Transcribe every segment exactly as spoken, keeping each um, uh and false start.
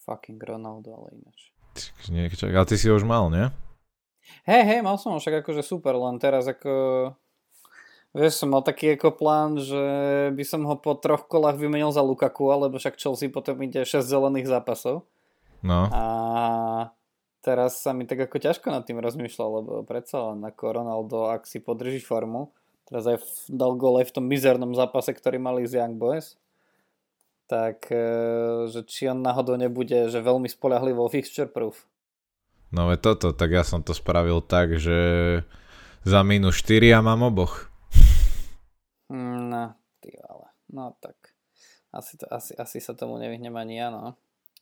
Fucking Ronaldo, ale ináč. Nie, čak, ale ty si ho už mal, nie? Hej, hej, mal som ho však akože super, len teraz ako... Vieš, som mal taký ako plán, že by som ho po troch kolách vymenil za Lukaku, alebo však Chelsea potom ide šesť zelených zápasov. No. A teraz sa mi tak ako ťažko nad tým rozmýšľal, lebo predsa len ako Ronaldo, ak si podrží formu, teraz aj dal gól aj v tom mizernom zápase, ktorý mali z Young Boys, tak že či on náhodou nebude, že veľmi spoľahlivo fixture proof. No ve toto, tak ja som to spravil tak, že za minus štyri a mám oboch. No, ty ale. No tak. Asi, to, asi, asi sa tomu nevyhnem ani ja, no.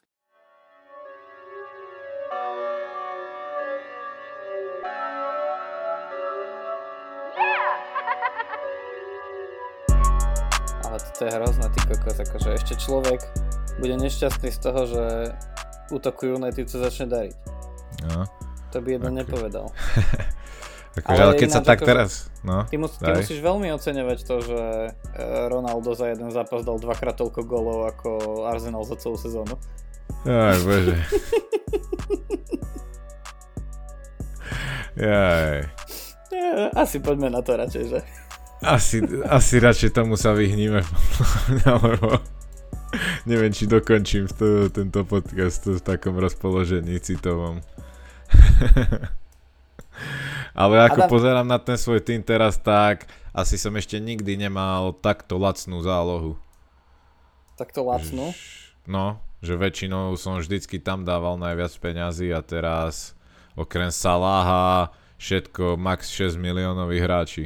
Ale toto je hrozné, ty kokos, akože ešte človek bude nešťastný z toho, že útoku United sa začne dariť. No. To by jeden okay. nepovedal. Akože, ale, ale keď sa tak ako, teraz... No, ty, mus, ty musíš veľmi oceňovať to, že Ronaldo za jeden zápas dal dvakrát toľko golov ako Arsenal za celú sezónu. Aj bože. Jaj. Asi poďme na to radšej, že? Asi, asi radšej tomu sa vyhníme. Alebo neviem, či dokončím to, tento podcast v takom rozpoložení citovom. Ale ako Adam... pozerám na ten svoj tým teraz, tak asi som ešte nikdy nemal takto lacnú zálohu. Takto lacnú? No, že väčšinou som vždycky tam dával najviac peňazí a teraz okrem Salaha všetko max šesť miliónových hráči.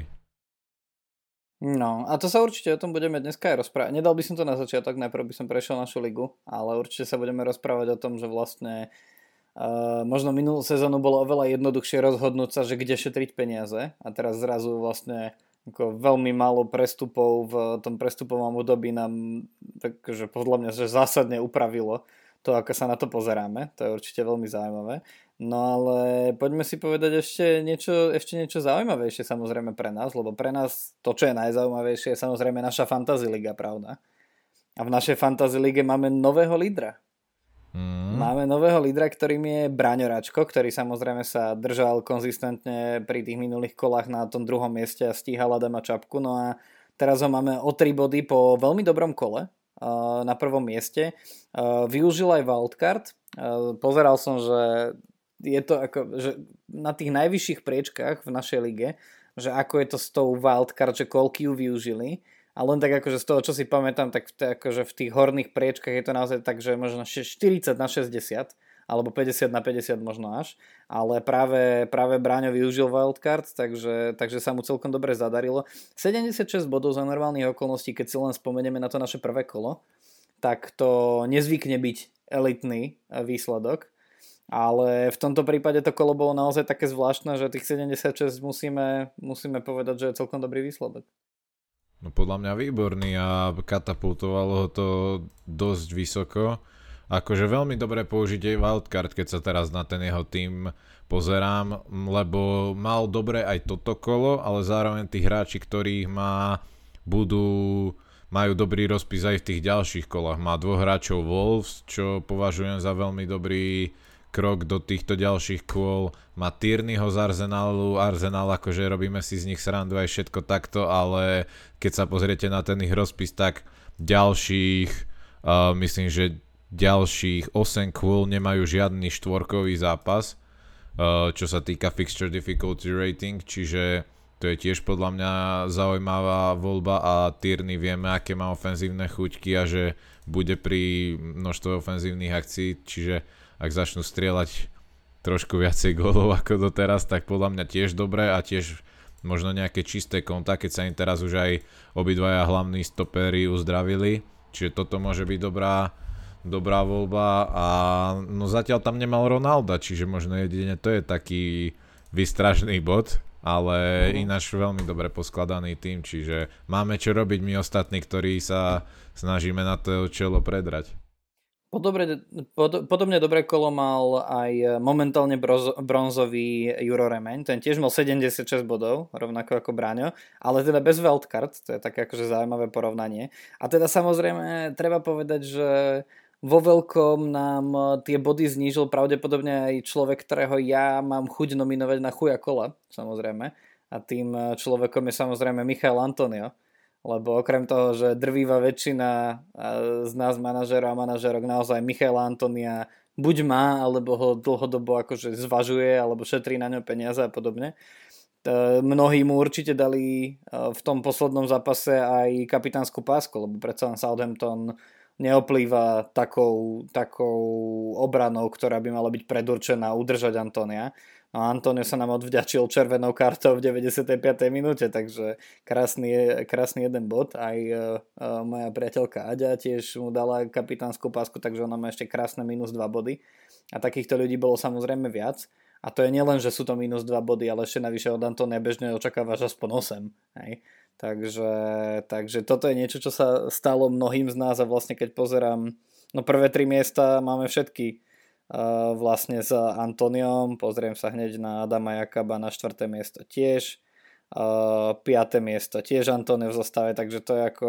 No, a to sa určite o tom budeme dneska aj rozprávať. Nedal by som to na začiatok, najprv by som prešiel našu ligu, ale určite sa budeme rozprávať o tom, že vlastne Uh, možno minulú sezónu bolo oveľa jednoduchšie rozhodnúť sa, že kde šetriť peniaze a teraz zrazu vlastne ako veľmi málo prestupov v tom prestupovom období nám takže podľa mňa že zásadne upravilo to, ako sa na to pozeráme. To je určite veľmi zaujímavé. No ale poďme si povedať ešte niečo, ešte niečo zaujímavejšie samozrejme pre nás, lebo pre nás to, čo je najzaujímavejšie, je samozrejme naša Fantasy Liga, pravda? A v našej Fantasy Lige máme nového lídra. Mm. Máme nového lídra, ktorým je Braňo Račko, ktorý samozrejme sa držal konzistentne pri tých minulých kolách na tom druhom mieste a stíhal Adama Čapku. No a teraz ho máme o tri body po veľmi dobrom kole uh, na prvom mieste. Uh, využil aj wildcard. Uh, pozeral som, že je to ako, že na tých najvyšších priečkách v našej lige, že ako je to s tou wildcard, že koľky ju využili. A len tak akože z toho, čo si pamätám, tak akože v tých horných priečkách je to naozaj tak, že možno štyridsať na šesťdesiat, alebo päťdesiat na päťdesiat možno až. Ale práve, práve Bráňo využil wildcard, takže, takže sa mu celkom dobre zadarilo. sedemdesiatšesť bodov za normálnych okolností, keď si len spomenieme na to naše prvé kolo, tak to nezvykne byť elitný výsledok. Ale v tomto prípade to kolo bolo naozaj také zvláštne, že tých sedemdesiatšesť musíme, musíme povedať, že je celkom dobrý výsledok. No podľa mňa výborný a katapultovalo ho to dosť vysoko. Akože veľmi dobré použitie wildcard, keď sa teraz na ten jeho tým pozerám, lebo mal dobre aj toto kolo, ale zároveň tí hráči, ktorých má, budú, majú dobrý rozpis aj v tých ďalších kolách. Má dvoch hráčov Wolves, čo považujem za veľmi dobrý krok do týchto ďalších kôl. Má Tierneyho z Arsenalu, Arsenal, akože robíme si z nich srandu aj všetko takto, ale keď sa pozriete na ten ich rozpis, tak ďalších, uh, myslím, že ďalších osem kôl nemajú žiadny štvorkový zápas, uh, čo sa týka fixture difficulty rating, čiže to je tiež podľa mňa zaujímavá voľba a Tierney vieme, aké má ofenzívne chuťky a že bude pri množstve ofenzívnych akcií, čiže ak začnú strieľať trošku viacej gólov ako doteraz, tak podľa mňa tiež dobré a tiež možno nejaké čisté konta, keď sa im teraz už aj obidvaja hlavní stopéri uzdravili, čiže toto môže byť dobrá, dobrá voľba a no zatiaľ tam nemal Ronalda, čiže možno jedine to je taký vystražný bod, ale uh-huh. ináč veľmi dobre poskladaný tým, čiže máme čo robiť my ostatní, ktorí sa snažíme na to čelo predrať. Podobne, pod, podobne dobré kolo mal aj momentálne broz, bronzový Juro Remeň, ten tiež mal sedemdesiatšesť bodov, rovnako ako Braňo, ale teda bez wildcard, to je také akože zaujímavé porovnanie. A teda samozrejme treba povedať, že vo veľkom nám tie body znížil pravdepodobne aj človek, ktorého ja mám chuť nominovať na chuja kola, samozrejme. A tým človekom je samozrejme Michail Antonio. Lebo okrem toho, že drvíva väčšina z nás manažerov a manažerok naozaj Michaila Antonia buď má, alebo ho dlhodobo akože zvažuje, alebo šetrí na ňo peniaze a podobne. Mnohí mu určite dali v tom poslednom zápase aj kapitánsku pásku, lebo predsa len Southampton neoplýva takou, takou obranou, ktorá by mala byť predurčená udržať Antonia. No Antonio sa nám odvďačil červenou kartou v deväťdesiatej piatej minúte, takže krásny, krásny jeden bod. Aj uh, moja priateľka Aďa tiež mu dala kapitánsku pásku, takže ona má ešte krásne minus dva body. A takýchto ľudí bolo samozrejme viac. A to je nielen, že sú to minus dva body, ale ešte navyše od Antonia bežne očakávaš aspoň osem. Hej? Takže, takže toto je niečo, čo sa stalo mnohým z nás a vlastne keď pozerám, no prvé tri miesta máme všetky Uh, vlastne s Antoniom, pozriem sa hneď na Adama Jakaba na štvrté miesto tiež, uh, piaté miesto tiež Antonio v zostave, takže to je ako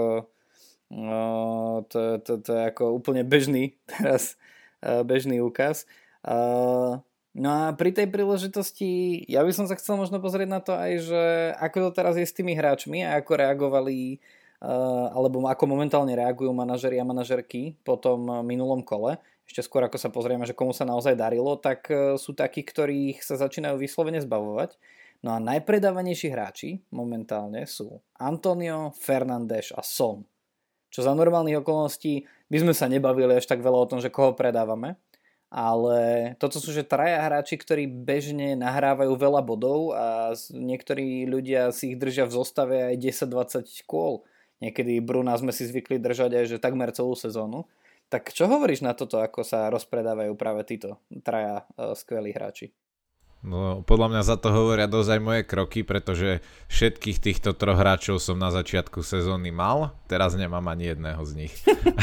uh, to, to, to je ako úplne bežný teraz uh, bežný úkaz. Uh, no a pri tej príležitosti ja by som sa chcel možno pozrieť na to aj, že ako to teraz je s tými hráčmi a ako reagovali uh, alebo ako momentálne reagujú manažeri a manažerky po tom minulom kole. Ešte skôr ako sa pozrieme, že komu sa naozaj darilo, tak sú takí, ktorých sa začínajú vyslovene zbavovať. No a najpredávanejší hráči momentálne sú Antonio, Fernández a Son. Čo za normálnych okolností by sme sa nebavili až tak veľa o tom, že koho predávame. Ale toto sú že traja hráči, ktorí bežne nahrávajú veľa bodov a niektorí ľudia si ich držia v zostave aj desať dvadsať kôl. Niekedy Bruna sme si zvykli držať aj že takmer celú sezónu. Tak čo hovoríš na toto, ako sa rozpredávajú práve títo traja uh, skvelí hráči? No, podľa mňa za to hovoria dosť aj moje kroky, pretože všetkých týchto troch hráčov som na začiatku sezóny mal, teraz nemám ani jedného z nich.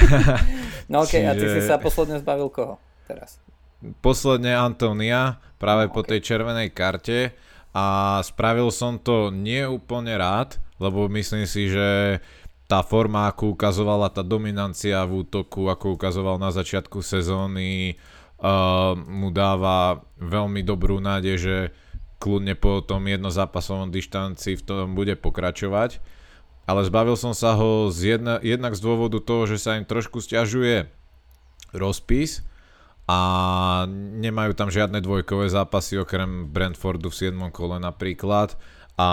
No okej, okay, Čiže... a ty si sa posledne zbavil koho teraz? Posledne Antonia, práve no, okay. po tej červenej karte a spravil som to nie úplne rád, lebo myslím si, že tá forma, ako ukazovala tá dominancia v útoku, ako ukazoval na začiatku sezóny, uh, mu dáva veľmi dobrú nádej, že kľudne po tom jednozápasovom dištanci v tom bude pokračovať. Ale zbavil som sa ho z jedna, jednak z dôvodu toho, že sa im trošku sťažuje rozpis a nemajú tam žiadne dvojkové zápasy okrem Brentfordu v siedmom kole napríklad a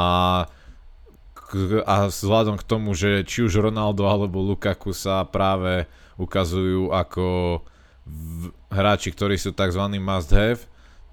a vzhľadom k tomu, že či už Ronaldo alebo Lukaku sa práve ukazujú ako v, hráči, ktorí sú tzv. Must have,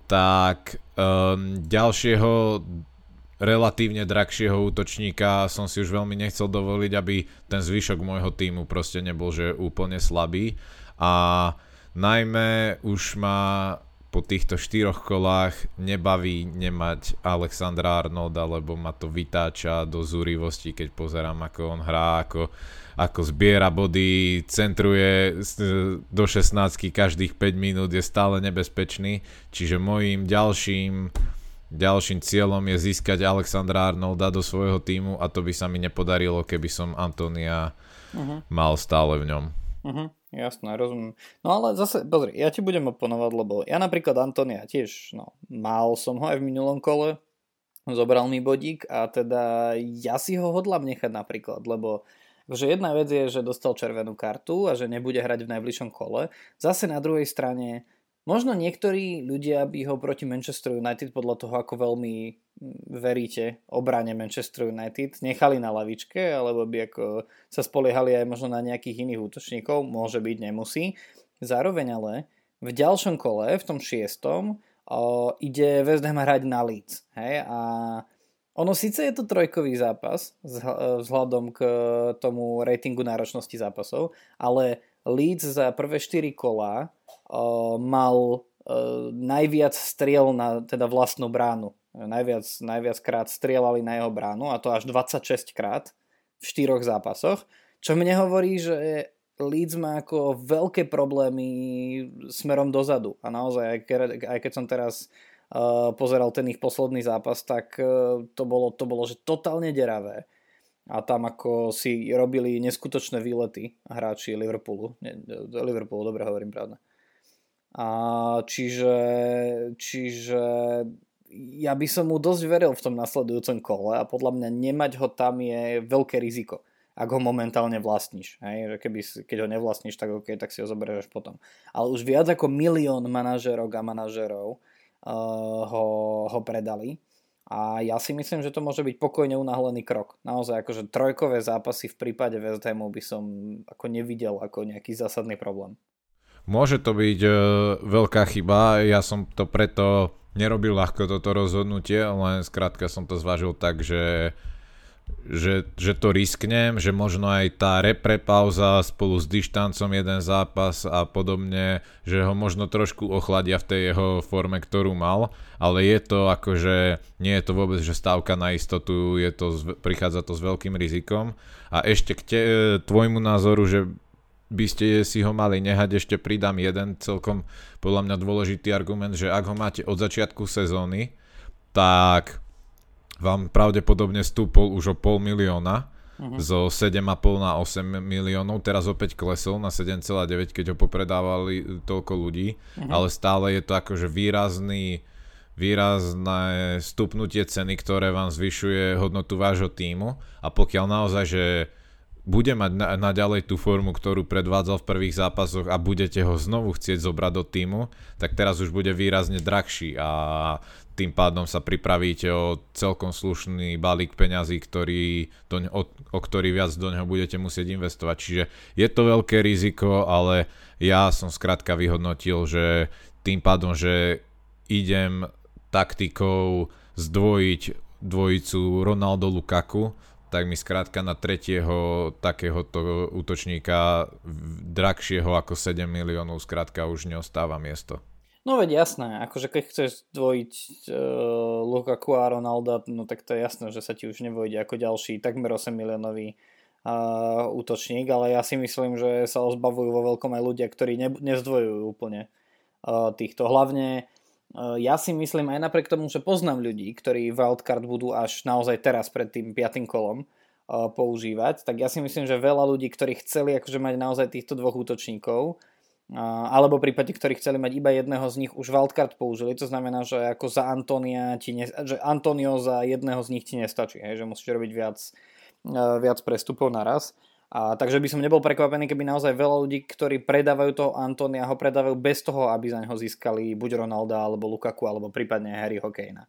tak um, ďalšieho relatívne drahšieho útočníka som si už veľmi nechcel dovoliť, aby ten zvyšok môjho týmu proste nebol že úplne slabý a najmä už ma po týchto štyroch kolách nebaví nemať Alexandra Arnolda, lebo ma to vytáča do zúrivosti, keď pozerám, ako on hrá, ako, ako zbiera body, centruje do šestnáctky každých päť minút, je stále nebezpečný. Čiže môjim ďalším, ďalším cieľom je získať Alexandra Arnolda do svojho týmu a to by sa mi nepodarilo, keby som Antonia uh-huh. mal stále v ňom. Uh-huh. Jasné, rozumiem. No ale zase, pozri, ja ti budem oponovať, lebo ja napríklad Antonia tiež, no, mal som ho aj v minulom kole, zobral mi bodík a teda ja si ho hodlám nechať napríklad, lebo že jedna vec je, že dostal červenú kartu a že nebude hrať v najbližšom kole. Zase na druhej strane, možno niektorí ľudia by ho proti Manchester United podľa toho, ako veľmi veríte obrane Manchester United, nechali na lavičke, alebo by ako sa spoliehali aj možno na nejakých iných útočníkov, môže byť, nemusí. Zároveň ale v ďalšom kole, v tom šiestom, o, ide West Ham hrať na Leeds. Hej? A ono síce je to trojkový zápas vzhľadom k tomu ratingu náročnosti zápasov, ale Leeds za prvé štyri kola o, mal o, najviac striel na teda vlastnú bránu. Najviac, najviac krát strieľali na jeho bránu a to až dvadsaťšesť krát v štyroch zápasoch, čo mne hovorí, že Leeds má ako veľké problémy smerom dozadu a naozaj aj, ke, aj keď som teraz uh, pozeral ten ich posledný zápas, tak uh, to bolo, to bolo že totálne deravé a tam ako si robili neskutočné výlety hráči Liverpoolu. Nie, Liverpoolu, dobre hovorím, pravda. A čiže, čiže ja by som mu dosť veril v tom nasledujúcom kole a podľa mňa nemať ho tam je veľké riziko, ak ho momentálne vlastníš. Hej? Že keby, keď ho nevlastníš, tak ok, tak si ho zoberieš až potom. Ale už viac ako milión manažérok a manažérov uh, ho, ho predali. A ja si myslím, že to môže byť pokojne unáhlený krok. Naozaj akože trojkové zápasy v prípade West Hamu by som ako nevidel ako nejaký zásadný problém. Môže to byť e, veľká chyba, ja som to preto nerobil ľahko toto rozhodnutie, len skrátka som to zvážil tak, že Že, že to risknem, že možno aj tá repre pauza spolu s dištancom jeden zápas a podobne, že ho možno trošku ochladia v tej jeho forme, ktorú mal, ale je to akože, nie je to vôbec, že stávka na istotu, je to, prichádza to s veľkým rizikom. A ešte k te, tvojmu názoru, že by ste si ho mali nehať, ešte pridám jeden celkom podľa mňa dôležitý argument, že ak ho máte od začiatku sezóny, tak vám pravdepodobne stúpol už o pol milióna, uh-huh. zo sedem a pol na osem miliónov, teraz opäť klesol na sedem celá deväť, keď ho popredávali toľko ľudí, uh-huh. ale stále je to akože výrazný, výrazné stupnutie ceny, ktoré vám zvyšuje hodnotu vášho tímu a pokiaľ naozaj, že bude mať na, naďalej tú formu, ktorú predvádzal v prvých zápasoch a budete ho znovu chcieť zobrať do tímu, tak teraz už bude výrazne drahší a tým pádom sa pripravíte o celkom slušný balík peňazí, ktorý do, o, o ktorý viac do neho budete musieť investovať. Čiže je to veľké riziko, ale ja som skrátka vyhodnotil, že tým pádom, že idem taktikou zdvojiť dvojicu Ronaldo Lukaku, tak mi skrátka na tretieho takéhoto útočníka drahšieho ako sedem miliónov skrátka už neostáva miesto. No veď jasné, akože keď chceš dvojiť uh, Lukaku a Ronalda, no tak to je jasné, že sa ti už nevojde ako ďalší takmer osem miliónový uh, útočník, ale ja si myslím, že sa ozbavujú vo veľkom aj ľudia, ktorí ne, nezdvojujú úplne uh, týchto. Hlavne uh, ja si myslím aj napriek tomu, že poznám ľudí, ktorí wildcard budú až naozaj teraz pred tým piatým kolom uh, používať, tak ja si myslím, že veľa ľudí, ktorí chceli akože mať naozaj týchto dvoch útočníkov, alebo v prípade, ktorí chceli mať iba jedného z nich, už wildcard použili. To znamená, že ako za Antonia ti ne, že Antonio za jedného z nich ti nestačí, hej, že musíš robiť viac, viac prestupov naraz. A takže by som nebol prekvapený, keby naozaj veľa ľudí, ktorí predávajú toho Antonia, ho predávajú bez toho, aby za neho získali buď Ronalda, alebo Lukaku, alebo prípadne Harryho Kanea.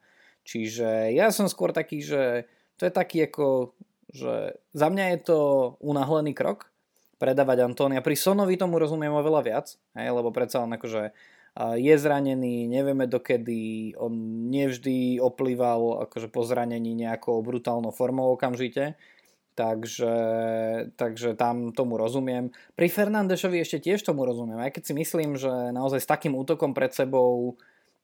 Čiže ja som skôr taký, že to je taký ako, že za mňa je to unáhlený krok, predávať Antónia. Pri Sonovi tomu rozumiem oveľa viac, hej, lebo predsa on akože je zranený, nevieme dokedy, on nevždy oplýval akože po zranení nejakou brutálnou formou okamžite, takže, takže tam tomu rozumiem. Pri Fernandešovi ešte tiež tomu rozumiem, aj keď si myslím, že naozaj s takým útokom pred sebou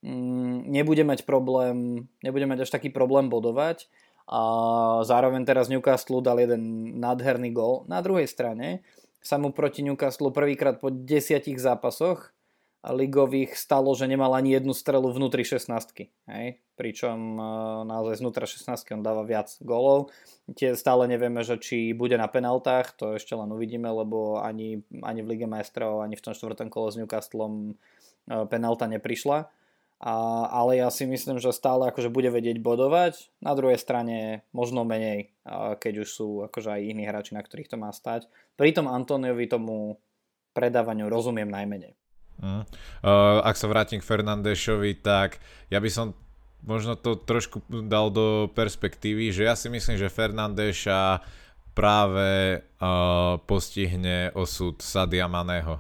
mm, nebude mať problém, nebude mať až taký problém bodovať a zároveň teraz Newcastle dal jeden nádherný gól. Na druhej strane sa mu proti Newcastle prvýkrát po desiatich zápasoch ligových stalo, že nemal ani jednu strelu vnútri šestnástky. Hej? Pričom naozaj znútra šestnástky on dáva viac gólov. Tie stále nevieme, že či bude na penaltách, to ešte len uvidíme, lebo ani, ani v Lige majstrov, ani v tom štvrtom kole s Newcastlom penalta neprišla. A, ale ja si myslím, že stále akože bude vedieť bodovať. Na druhej strane možno menej, keď už sú akože aj iní hráči, na ktorých to má stať. Pri tom Antoniovi tomu predávaniu rozumiem najmenej. Mm. Uh, ak sa vrátim k Fernandešovi, tak ja by som možno to trošku dal do perspektívy, že ja si myslím, že Fernandeša práve uh, postihne osud Sadia Maného.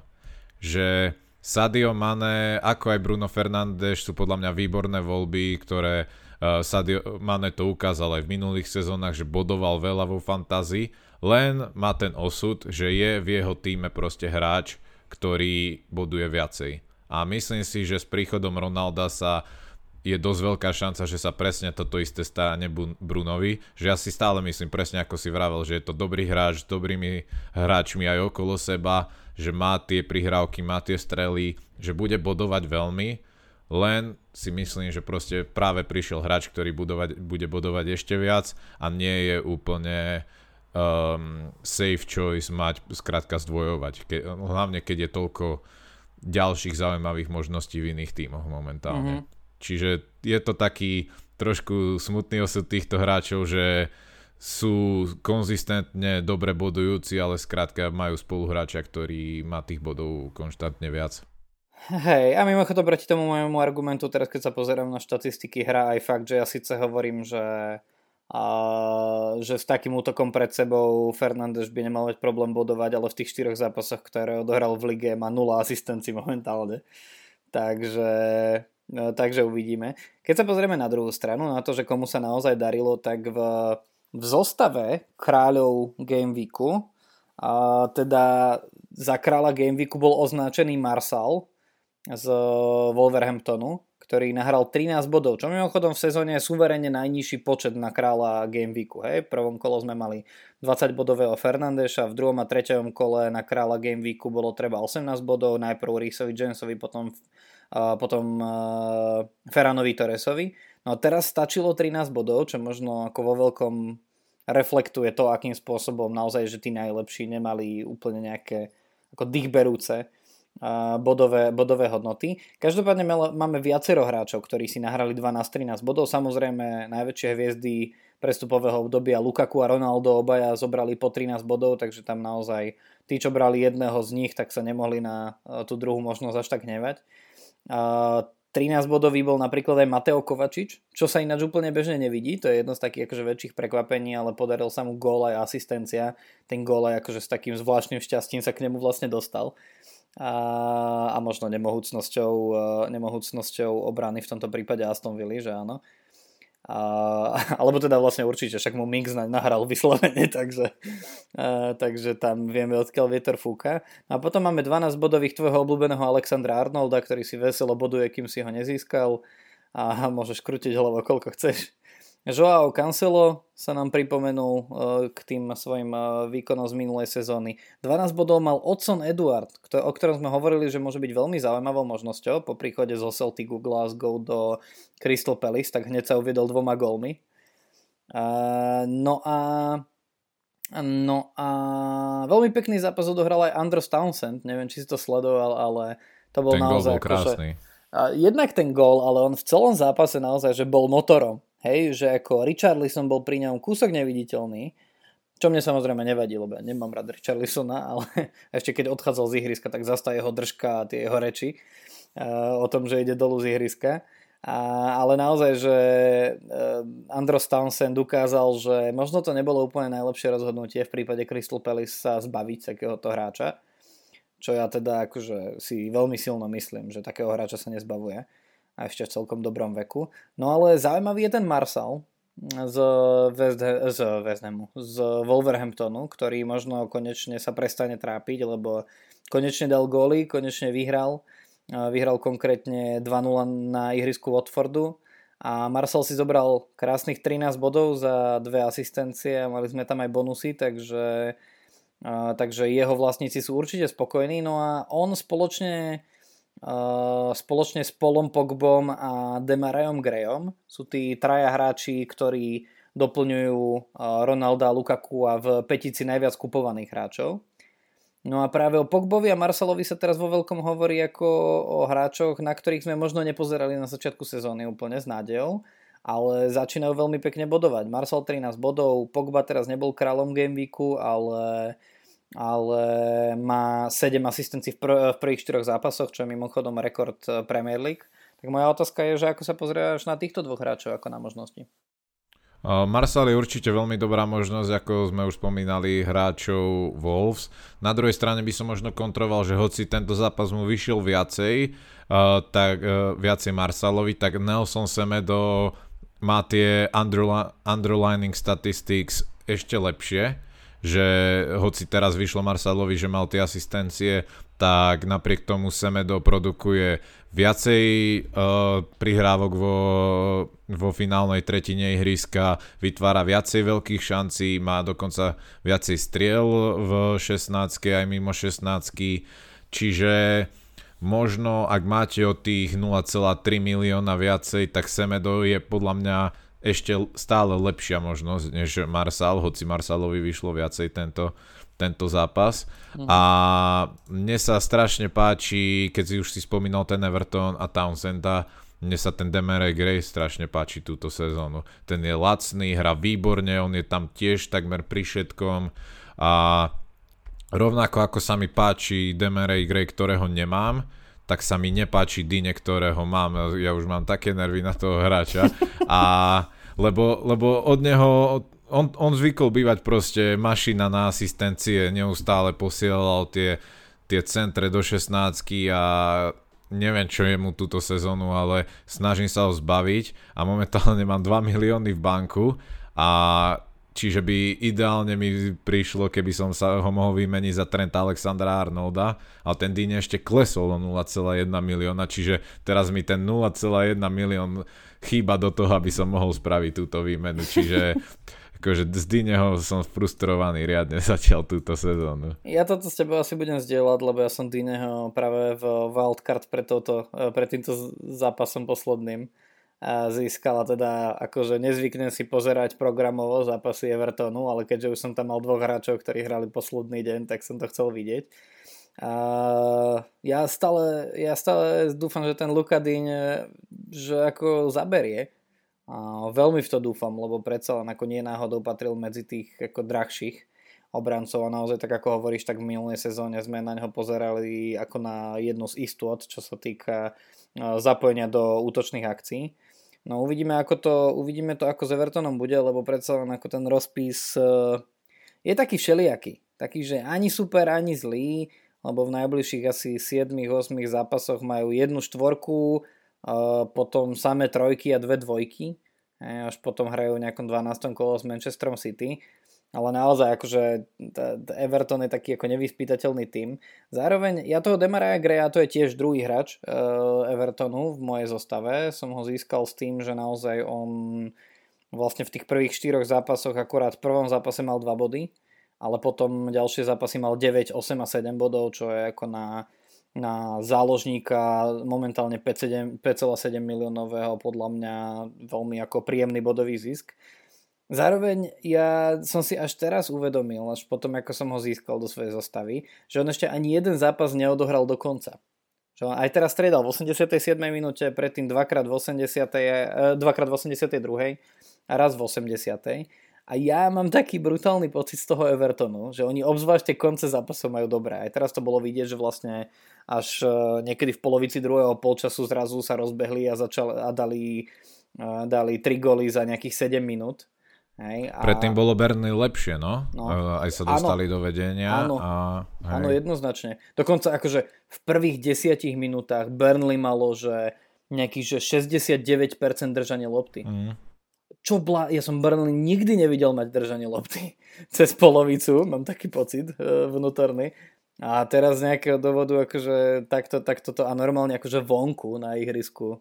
Že Sadio Mané, ako aj Bruno Fernandes sú podľa mňa výborné voľby, ktoré uh, Sadio Mané to ukázal aj v minulých sezónach, že bodoval veľa vo fantázii, len má ten osud, že je v jeho týme proste hráč, ktorý boduje viacej. A myslím si, že s príchodom Ronalda sa je dosť veľká šanca, že sa presne toto isté stane Brunovi, že ja si stále myslím presne ako si vravel, že je to dobrý hráč s dobrými hráčmi aj okolo seba, že má tie prihrávky, má tie strely, že bude bodovať veľmi, len si myslím, že proste práve prišiel hráč, ktorý budovať, bude bodovať ešte viac a nie je úplne um, safe choice mať, skrátka zdvojovať. Ke, hlavne keď je toľko ďalších zaujímavých možností v iných tímoch momentálne. Mm-hmm. Čiže je to taký trošku smutný osud týchto hráčov, že sú konzistentne dobre bodujúci, ale skrátka majú spoluhráča, ktorý má tých bodov konštantne viac. Hej, a mimochodom proti tomu môjmu argumentu, teraz keď sa pozerám na štatistiky, hrá aj fakt, že ja síce hovorím, že, a, že s takým útokom pred sebou Fernández by nemal mať problém bodovať, ale v tých štyroch zápasoch, ktoré odohral v lige, má nula asistencií momentálne. Takže... No, takže uvidíme. Keď sa pozrieme na druhú stranu, na to, že komu sa naozaj darilo, tak v, v zostave kráľov Gameweeku, a teda za kráľa Gameweeku bol označený Marsal z Wolverhamptonu, ktorý nahral trinásť bodov, čo mimochodom v sezóne je suverene najnižší počet na kráľa Gameweeku. Hej? V prvom kole sme mali dvadsaťbodového Fernandeša, v druhom a treťom kole na kráľa Gameweeku bolo treba osemnásť bodov, najprv Reesovi Jamesovi, potom a potom uh, Ferranovi Torresovi. No a teraz stačilo trinásť bodov, čo možno ako vo veľkom reflektuje to, akým spôsobom naozaj, že tí najlepší nemali úplne nejaké ako dýchberúce uh, bodové, bodové hodnoty. Každopádne máme viacero hráčov, ktorí si nahrali dvanásť trinásť bodov. Samozrejme najväčšie hviezdy prestupového obdobia Lukaku a Ronaldo obaja zobrali po trinásť bodov, takže tam naozaj tí, čo brali jedného z nich, tak sa nemohli na uh, tú druhú možnosť až tak hnevať. Uh, trinásť bodový bol napríklad aj Mateo Kovačič, čo sa ináč úplne bežne nevidí, to je jedno z takých akože väčších prekvapení, ale podaril sa mu gól aj asistencia, ten gól aj akože s takým zvláštnym šťastím sa k nemu vlastne dostal a, a možno nemohúcnosťou, uh, nemohúcnosťou obrany v tomto prípade Aston Villa, že áno. A, alebo teda vlastne určite, však mu Mix nahral vyslovene, takže, a, takže tam vieme, odkiaľ vietor fúka. A potom máme dvanásť bodových tvojho obľúbeného Alexandra Arnolda, ktorý si veselo boduje, kým si ho nezískal a môžeš krútiť hlavu koľko chceš. Joao Cancelo sa nám pripomenul k tým svojim výkonom z minulej sezóny. dvanásť bodov mal Odson Eduard, o ktorom sme hovorili, že môže byť veľmi zaujímavou možnosťou po príchode zo Celticu Glasgow do Crystal Palace, tak hneď sa uviedol dvoma gólmi. No a no a veľmi pekný zápas odohral aj Andros Townsend, neviem, či si to sledoval, ale to bol ten naozaj... Ten gól bol krásny. Akože, jednak ten gól, ale on v celom zápase naozaj, že bol motorom. Hej, že ako Richarlison bol pri ňom kúsok neviditeľný, čo mne samozrejme nevadí, lebo ja nemám rád Richarlisona, ale ešte keď odchádzal z ihriska, tak zastá jeho držka a tie jeho reči uh, o tom, že ide dolu z ihriska. A, ale naozaj, že uh, Andros Townsend ukázal, že možno to nebolo úplne najlepšie rozhodnutie v prípade Crystal Palace sa zbaviť takéhoto hráča, čo ja teda akože si veľmi silno myslím, že takého hráča sa nezbavuje. A ešte v celkom dobrom veku. No ale zaujímavý je ten Marsal z, West, z West Hamu, z Wolverhamptonu, ktorý možno konečne sa prestane trápiť, lebo konečne dal góly, konečne vyhral. Vyhral konkrétne dva nula na ihrisku Watfordu a Marsal si zobral krásnych trinásť bodov za dve asistencie a mali sme tam aj bonusy, takže, takže jeho vlastníci sú určite spokojní. No a on spoločne Uh, spoločne s Paulom Pogbom a Demarajom Grayom sú tí traja hráči, ktorí doplňujú uh, Ronalda a Lukaku a v petici najviac kupovaných hráčov. No a práve o Pogbovi a Marsalovi sa teraz vo veľkom hovorí ako o hráčoch, na ktorých sme možno nepozerali na začiatku sezóny úplne s nádejou, ale začínajú veľmi pekne bodovať. Marsal trinásť bodov, Pogba teraz nebol kráľom Gameweeku, ale ale má sedem asistencií v, pr- v prvých štyroch zápasoch, čo je mimochodom rekord Premier League. Tak moja otázka je, že ako sa pozrieš na týchto dvoch hráčov ako na možnosti? Marsal je určite veľmi dobrá možnosť, ako sme už spomínali, hráčov Wolves. Na druhej strane by som možno kontroval, že hoci tento zápas mu vyšiel viacej, uh, tak uh, viacej Marsalovi, tak Nelson Semedo má tie underli- underlining statistics ešte lepšie, že hoci teraz vyšlo Marsalovi, že mal tie asistencie, tak napriek tomu Semedo produkuje viacej uh, prihrávok vo, vo finálnej tretine ihriska, vytvára viacej veľkých šancí, má dokonca viacej striel v šestnáctke aj mimo šestnáctky, čiže možno ak máte od tých nula celá tri milióna viacej, tak Semedo je podľa mňa ešte stále lepšia možnosť než Marsal, hoci Marsalovi vyšlo viacej tento, tento zápas. Mhm. A mne sa strašne páči, keď si už si spomínal ten Everton a Townsenda, mne sa ten Demarai Gray strašne páči túto sezónu. Ten je lacný, hrá výborne, on je tam tiež takmer pri všetkom a rovnako ako sa mi páči Demarai Gray, ktorého nemám, tak sa mi nepáči Dine, ktorého mám. Ja už mám také nervy na toho hráča. A lebo, lebo od neho, on, on zvykol bývať proste mašina na asistencie, neustále posielal tie, tie centre do šestnáctky a neviem, čo je mu túto sezónu, ale snažím sa ho zbaviť a momentálne mám dva milióny v banku a čiže by ideálne mi prišlo, keby som sa ho mohol vymeniť za Trenta Alexandera-Arnolda, ale ten Dean ešte klesol o nula celá jeden milióna, čiže teraz mi ten nula celá jeden milión chýba do toho, aby som mohol spraviť túto výmenu, čiže akože z Dineho som frustrovaný riadne zatiaľ túto sezónu. Ja toto s tebou asi budem zdieľať, lebo ja som Dineho práve v wildcard pre, toto, pre týmto zápasom posledným získala, teda akože nezvyknem si pozerať programovo zápasy Evertonu, ale keďže už som tam mal dvoch hráčov, ktorí hrali posledný deň, tak som to chcel vidieť. A ja stále, ja stále dúfam, že ten Luka Digne, že ako zaberie. A veľmi v to dúfam, lebo predsa len ako nie náhodou patril medzi tých ako drahších obrancov a naozaj tak ako hovoríš, tak v minulej sezóne sme na neho pozerali ako na jednu z istôt, čo sa týka zapojenia do útočných akcií. No uvidíme, ako to, uvidíme to, ako s Evertonom bude, lebo predsa len ako ten rozpis je taký všelijaký. Taký, že ani super, ani zlý, lebo v najbližších asi sedem osem zápasoch majú jednu štvorku, potom samé trojky a dve dvojky. Až potom hrajú v nejakom dvanástom kolo s Manchesterom City. Ale naozaj akože Everton je taký ako nevyspytateľný tím. Zároveň ja toho Demarai Graya, to je tiež druhý hráč uh, Evertonu v mojej zostave. Som ho získal s tým, že naozaj on vlastne v tých prvých štyroch zápasoch akurát v prvom zápase mal dva body, ale potom ďalšie zápasy mal deväť, osem a sedem bodov, čo je ako na, na záložníka momentálne päť celá sedem miliónového podľa mňa veľmi ako príjemný bodový zisk. Zároveň ja som si až teraz uvedomil, až potom ako som ho získal do svojej zostavy, že on ešte ani jeden zápas neodohral do konca. Že on aj teraz striedal v osemdesiatej siedmej minúte, predtým dvakrát v osemdesiatej, dvakrát v osemdesiatej druhej a raz v osemdesiatej. A ja mám taký brutálny pocit z toho Evertonu, že oni obzvlášť tie konce zápasov majú dobré. Aj teraz to bolo vidieť, že vlastne až niekedy v polovici druhého polčasu zrazu sa rozbehli a, začali, a dali, dali tri góly za nejakých sedem minút. Hej, a... Predtým bolo Burnley lepšie, no? no. Aj sa dostali áno, do vedenia. Áno, a... áno, jednoznačne. Dokonca akože v prvých desiatich minútach Burnley malo, že nejakých že šesťdesiatdeväť percent držanie lopty. Mm. Čo blá... Ja som Burnley nikdy nevidel mať držanie lopty cez polovicu, mám taký pocit vnútorný. A teraz z nejakého dôvodu akože takto, takto to a normálne akože vonku na ihrisku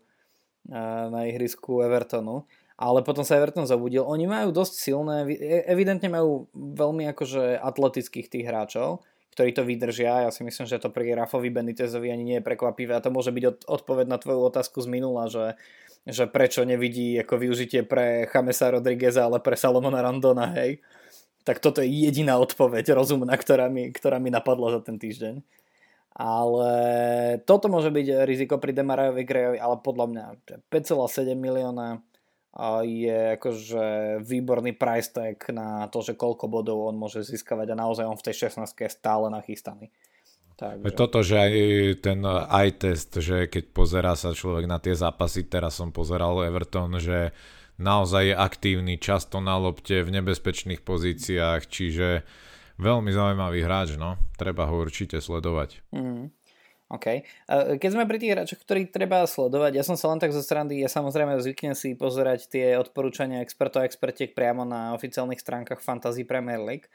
na ihrisku Evertonu. Ale potom sa Everton zabudil. Oni majú dosť silné, evidentne majú veľmi akože atletických tých hráčov, ktorí to vydržia. Ja si myslím, že to pri Rafovi Benitezovi ani nie je prekvapivé. A to môže byť odpoveď na tvoju otázku z minula, že, že prečo nevidí ako využitie pre Chamesa Rodrigueza, ale pre Salomona Rondona, hej. Tak toto je jediná odpoveď rozumná, ktorá mi, ktorá mi napadla za ten týždeň. Ale toto môže byť riziko pri Demaraiovi Grayovi, ale podľa mňa päť celá sedem milióna je akože výborný price tag na to, že koľko bodov on môže získavať a naozaj on v tej šestnástke je stále nachystaný. Takže... Toto, že aj ten eye test, že keď pozerá sa človek na tie zápasy, teraz som pozeral Everton, že naozaj je aktívny, často na lopte, v nebezpečných pozíciách, čiže veľmi zaujímavý hráč, no. Treba ho určite sledovať. Mm. OK. Keď sme pri tých hráčoch, ktorých treba sledovať, ja som sa len tak zo strany, ja samozrejme zvyknem si pozerať tie odporúčania expertov a expertiek priamo na oficiálnych stránkach Fantasy Premier League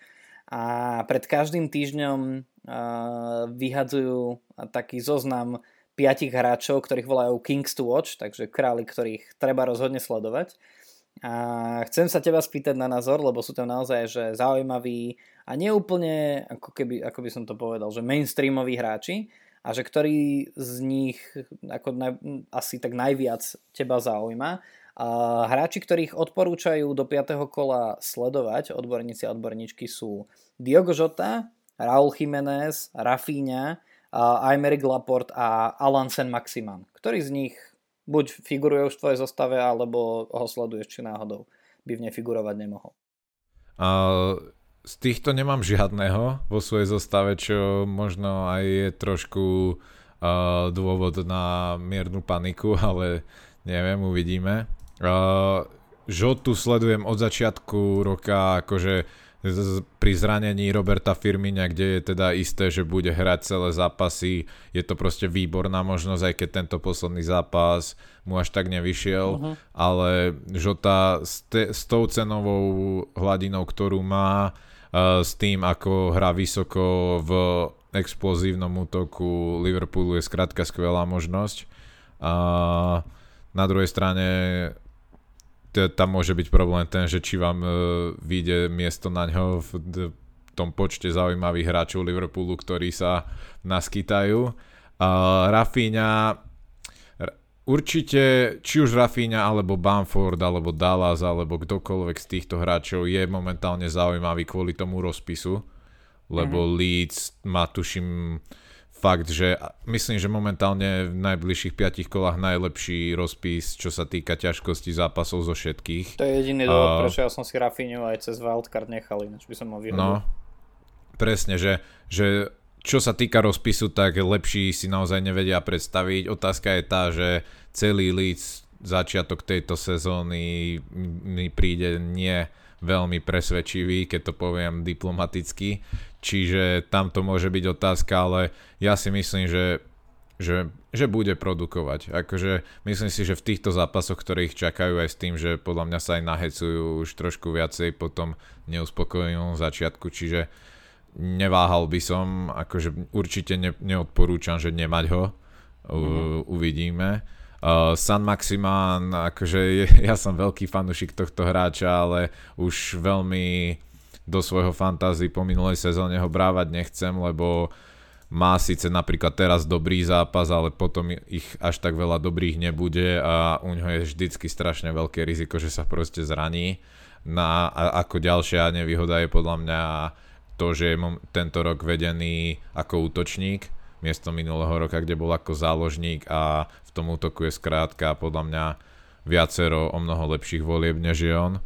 a pred každým týždňom uh, vyhadzujú taký zoznam piatich hráčov, ktorých volajú Kings to Watch, takže králi, ktorých treba rozhodne sledovať. A chcem sa teba spýtať na názor, lebo sú tam naozaj že zaujímaví a neúplne, ako, keby, ako by som to povedal, že mainstreamoví hráči, a že ktorý z nich ako naj, asi tak najviac teba zaujíma. A hráči, ktorých odporúčajú do piateho kola sledovať, odborníci a odborníčky sú Diogo Jota, Raúl Jiménez, Rafinha, Aymeric Laporte a Alan Saint-Maximin. Ktorý z nich buď figuruje už v tvojej zostave, alebo ho sleduješ, či náhodou by v nej figurovať nemohol? Uh, z týchto nemám žiadneho vo svojej zostave, čo možno aj je trošku uh, dôvod na miernu paniku, ale neviem, uvidíme. Uh, Žotu sledujem od začiatku roka, akože z, pri zranení Roberta Firmina, kde je teda isté, že bude hrať celé zápasy. Je to proste výborná možnosť, aj keď tento posledný zápas mu až tak nevyšiel, uh-huh. ale Žota s, te, s tou cenovou hladinou, ktorú má, uh, s tým, ako hrá vysoko v explozívnom útoku Liverpoolu, je skrátka skvelá možnosť. A na druhej strane tam môže byť problém ten, že či vám uh, vyjde miesto na ňo v d- tom počte zaujímavých hráčov Liverpoolu, ktorí sa naskytajú. Uh, Rafinha, r- určite, či už Rafinha, alebo Bamford, alebo Dallas, alebo kdokoľvek z týchto hráčov je momentálne zaujímavý kvôli tomu rozpisu, lebo mm-hmm. Leeds má, tuším, fakt, že myslím, že momentálne v najbližších piatich kolách najlepší rozpis, čo sa týka ťažkosti zápasov zo všetkých. To je jediný dôvod, uh, prečo ja som si Rafinhu aj cez wildcard nechal, ináč by som ho vyhodil. No, presne, že, že čo sa týka rozpisu, tak lepší si naozaj nevedia predstaviť. Otázka je tá, že celý Leeds začiatok tejto sezóny mi príde nie veľmi presvedčivý, keď to poviem diplomaticky. Čiže tam to môže byť otázka, ale ja si myslím, že, že, že bude produkovať. Akože myslím si, že v týchto zápasoch, ktorých čakajú aj s tým, že podľa mňa sa aj nahecujú už trošku viacej po tom neuspokojenom začiatku, čiže neváhal by som, akože určite ne, neodporúčam, že nemať ho. Mm-hmm. U, uvidíme. Uh, Saint-Maximin, akože ja som veľký fanúšik tohto hráča, ale už veľmi do svojho fantázy po minulej sezóne ho brávať nechcem, lebo má síce napríklad teraz dobrý zápas, ale potom ich až tak veľa dobrých nebude a u ňoho je vždycky strašne veľké riziko, že sa proste zraní. Na, a ako ďalšia nevýhoda je podľa mňa to, že je tento rok vedený ako útočník miesto minulého roka, kde bol ako záložník a v tom útoku je skrátka podľa mňa viacero o mnoho lepších volieb než je on.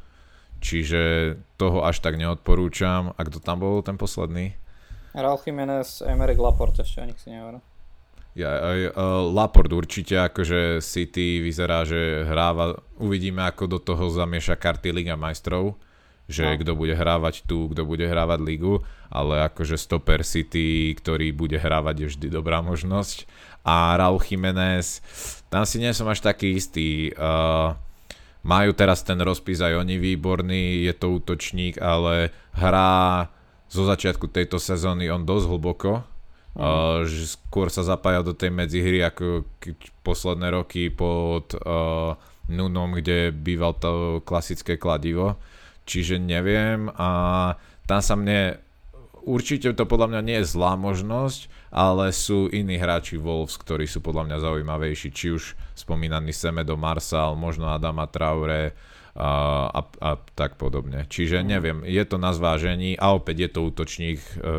Čiže toho až tak neodporúčam. A kto tam bol ten posledný? Raúl Jiménez, Aymeric Laporte, ešte ani si nehovoril. Ja, aj, uh, Laporte určite, akože City vyzerá, že hráva. Uvidíme, ako do toho zamieša karty Liga majstrov, že no. Kto bude hrávať tu, kto bude hrávať ligu, ale akože stoper City, ktorý bude hrávať, je vždy dobrá možnosť. A Raúl Jiménez, tam si nie som až taký istý. Uh, Majú teraz ten rozpis aj oni výborný, je to útočník, ale hrá zo začiatku tejto sezóny on dosť hlboko. Mm. Uh, že skôr sa zapája do tej medzihry ako posledné roky pod uh, Nunom, kde býval to klasické kladivo. Čiže neviem a tam sa mne určite to podľa mňa nie je zlá možnosť, ale sú iní hráči Wolves, ktorí sú podľa mňa zaujímavejší, či už spomínaný Semedo Marsal, možno Adama Traoré a, a, a tak podobne. Čiže neviem, je to na zvážení a opäť je to útočník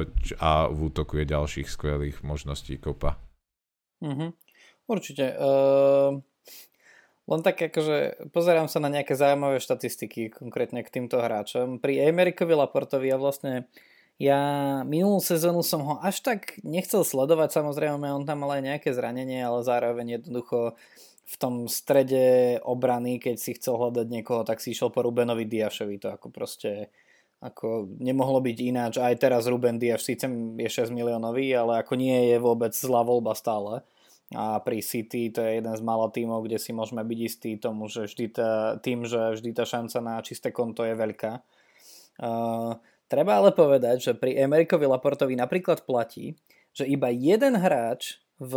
a v útoku je ďalších skvelých možností kopa. Mhm. Určite. Uh, len tak akože pozerám sa na nejaké zaujímavé štatistiky konkrétne k týmto hráčom. Pri Aymericovi Laportovi ja vlastne Ja minulú sezónu som ho až tak nechcel sledovať, samozrejme on tam mal aj nejaké zranenie, ale zároveň jednoducho v tom strede obrany, keď si chcel hľadať niekoho, tak si išiel po Rubenovi Diašovi, to ako proste ako nemohlo byť ináč. Aj teraz Ruben Diaš síce je šesť miliónový, ale ako nie je vôbec zlá voľba stále. A pri City to je jeden z mála tímov, kde si môžeme byť istí tomu, že vždy tá, tým, že vždy tá šanca na čisté konto je veľká. Uh, Treba ale povedať, že pri Aymericovi Laportovi napríklad platí, že iba jeden hráč v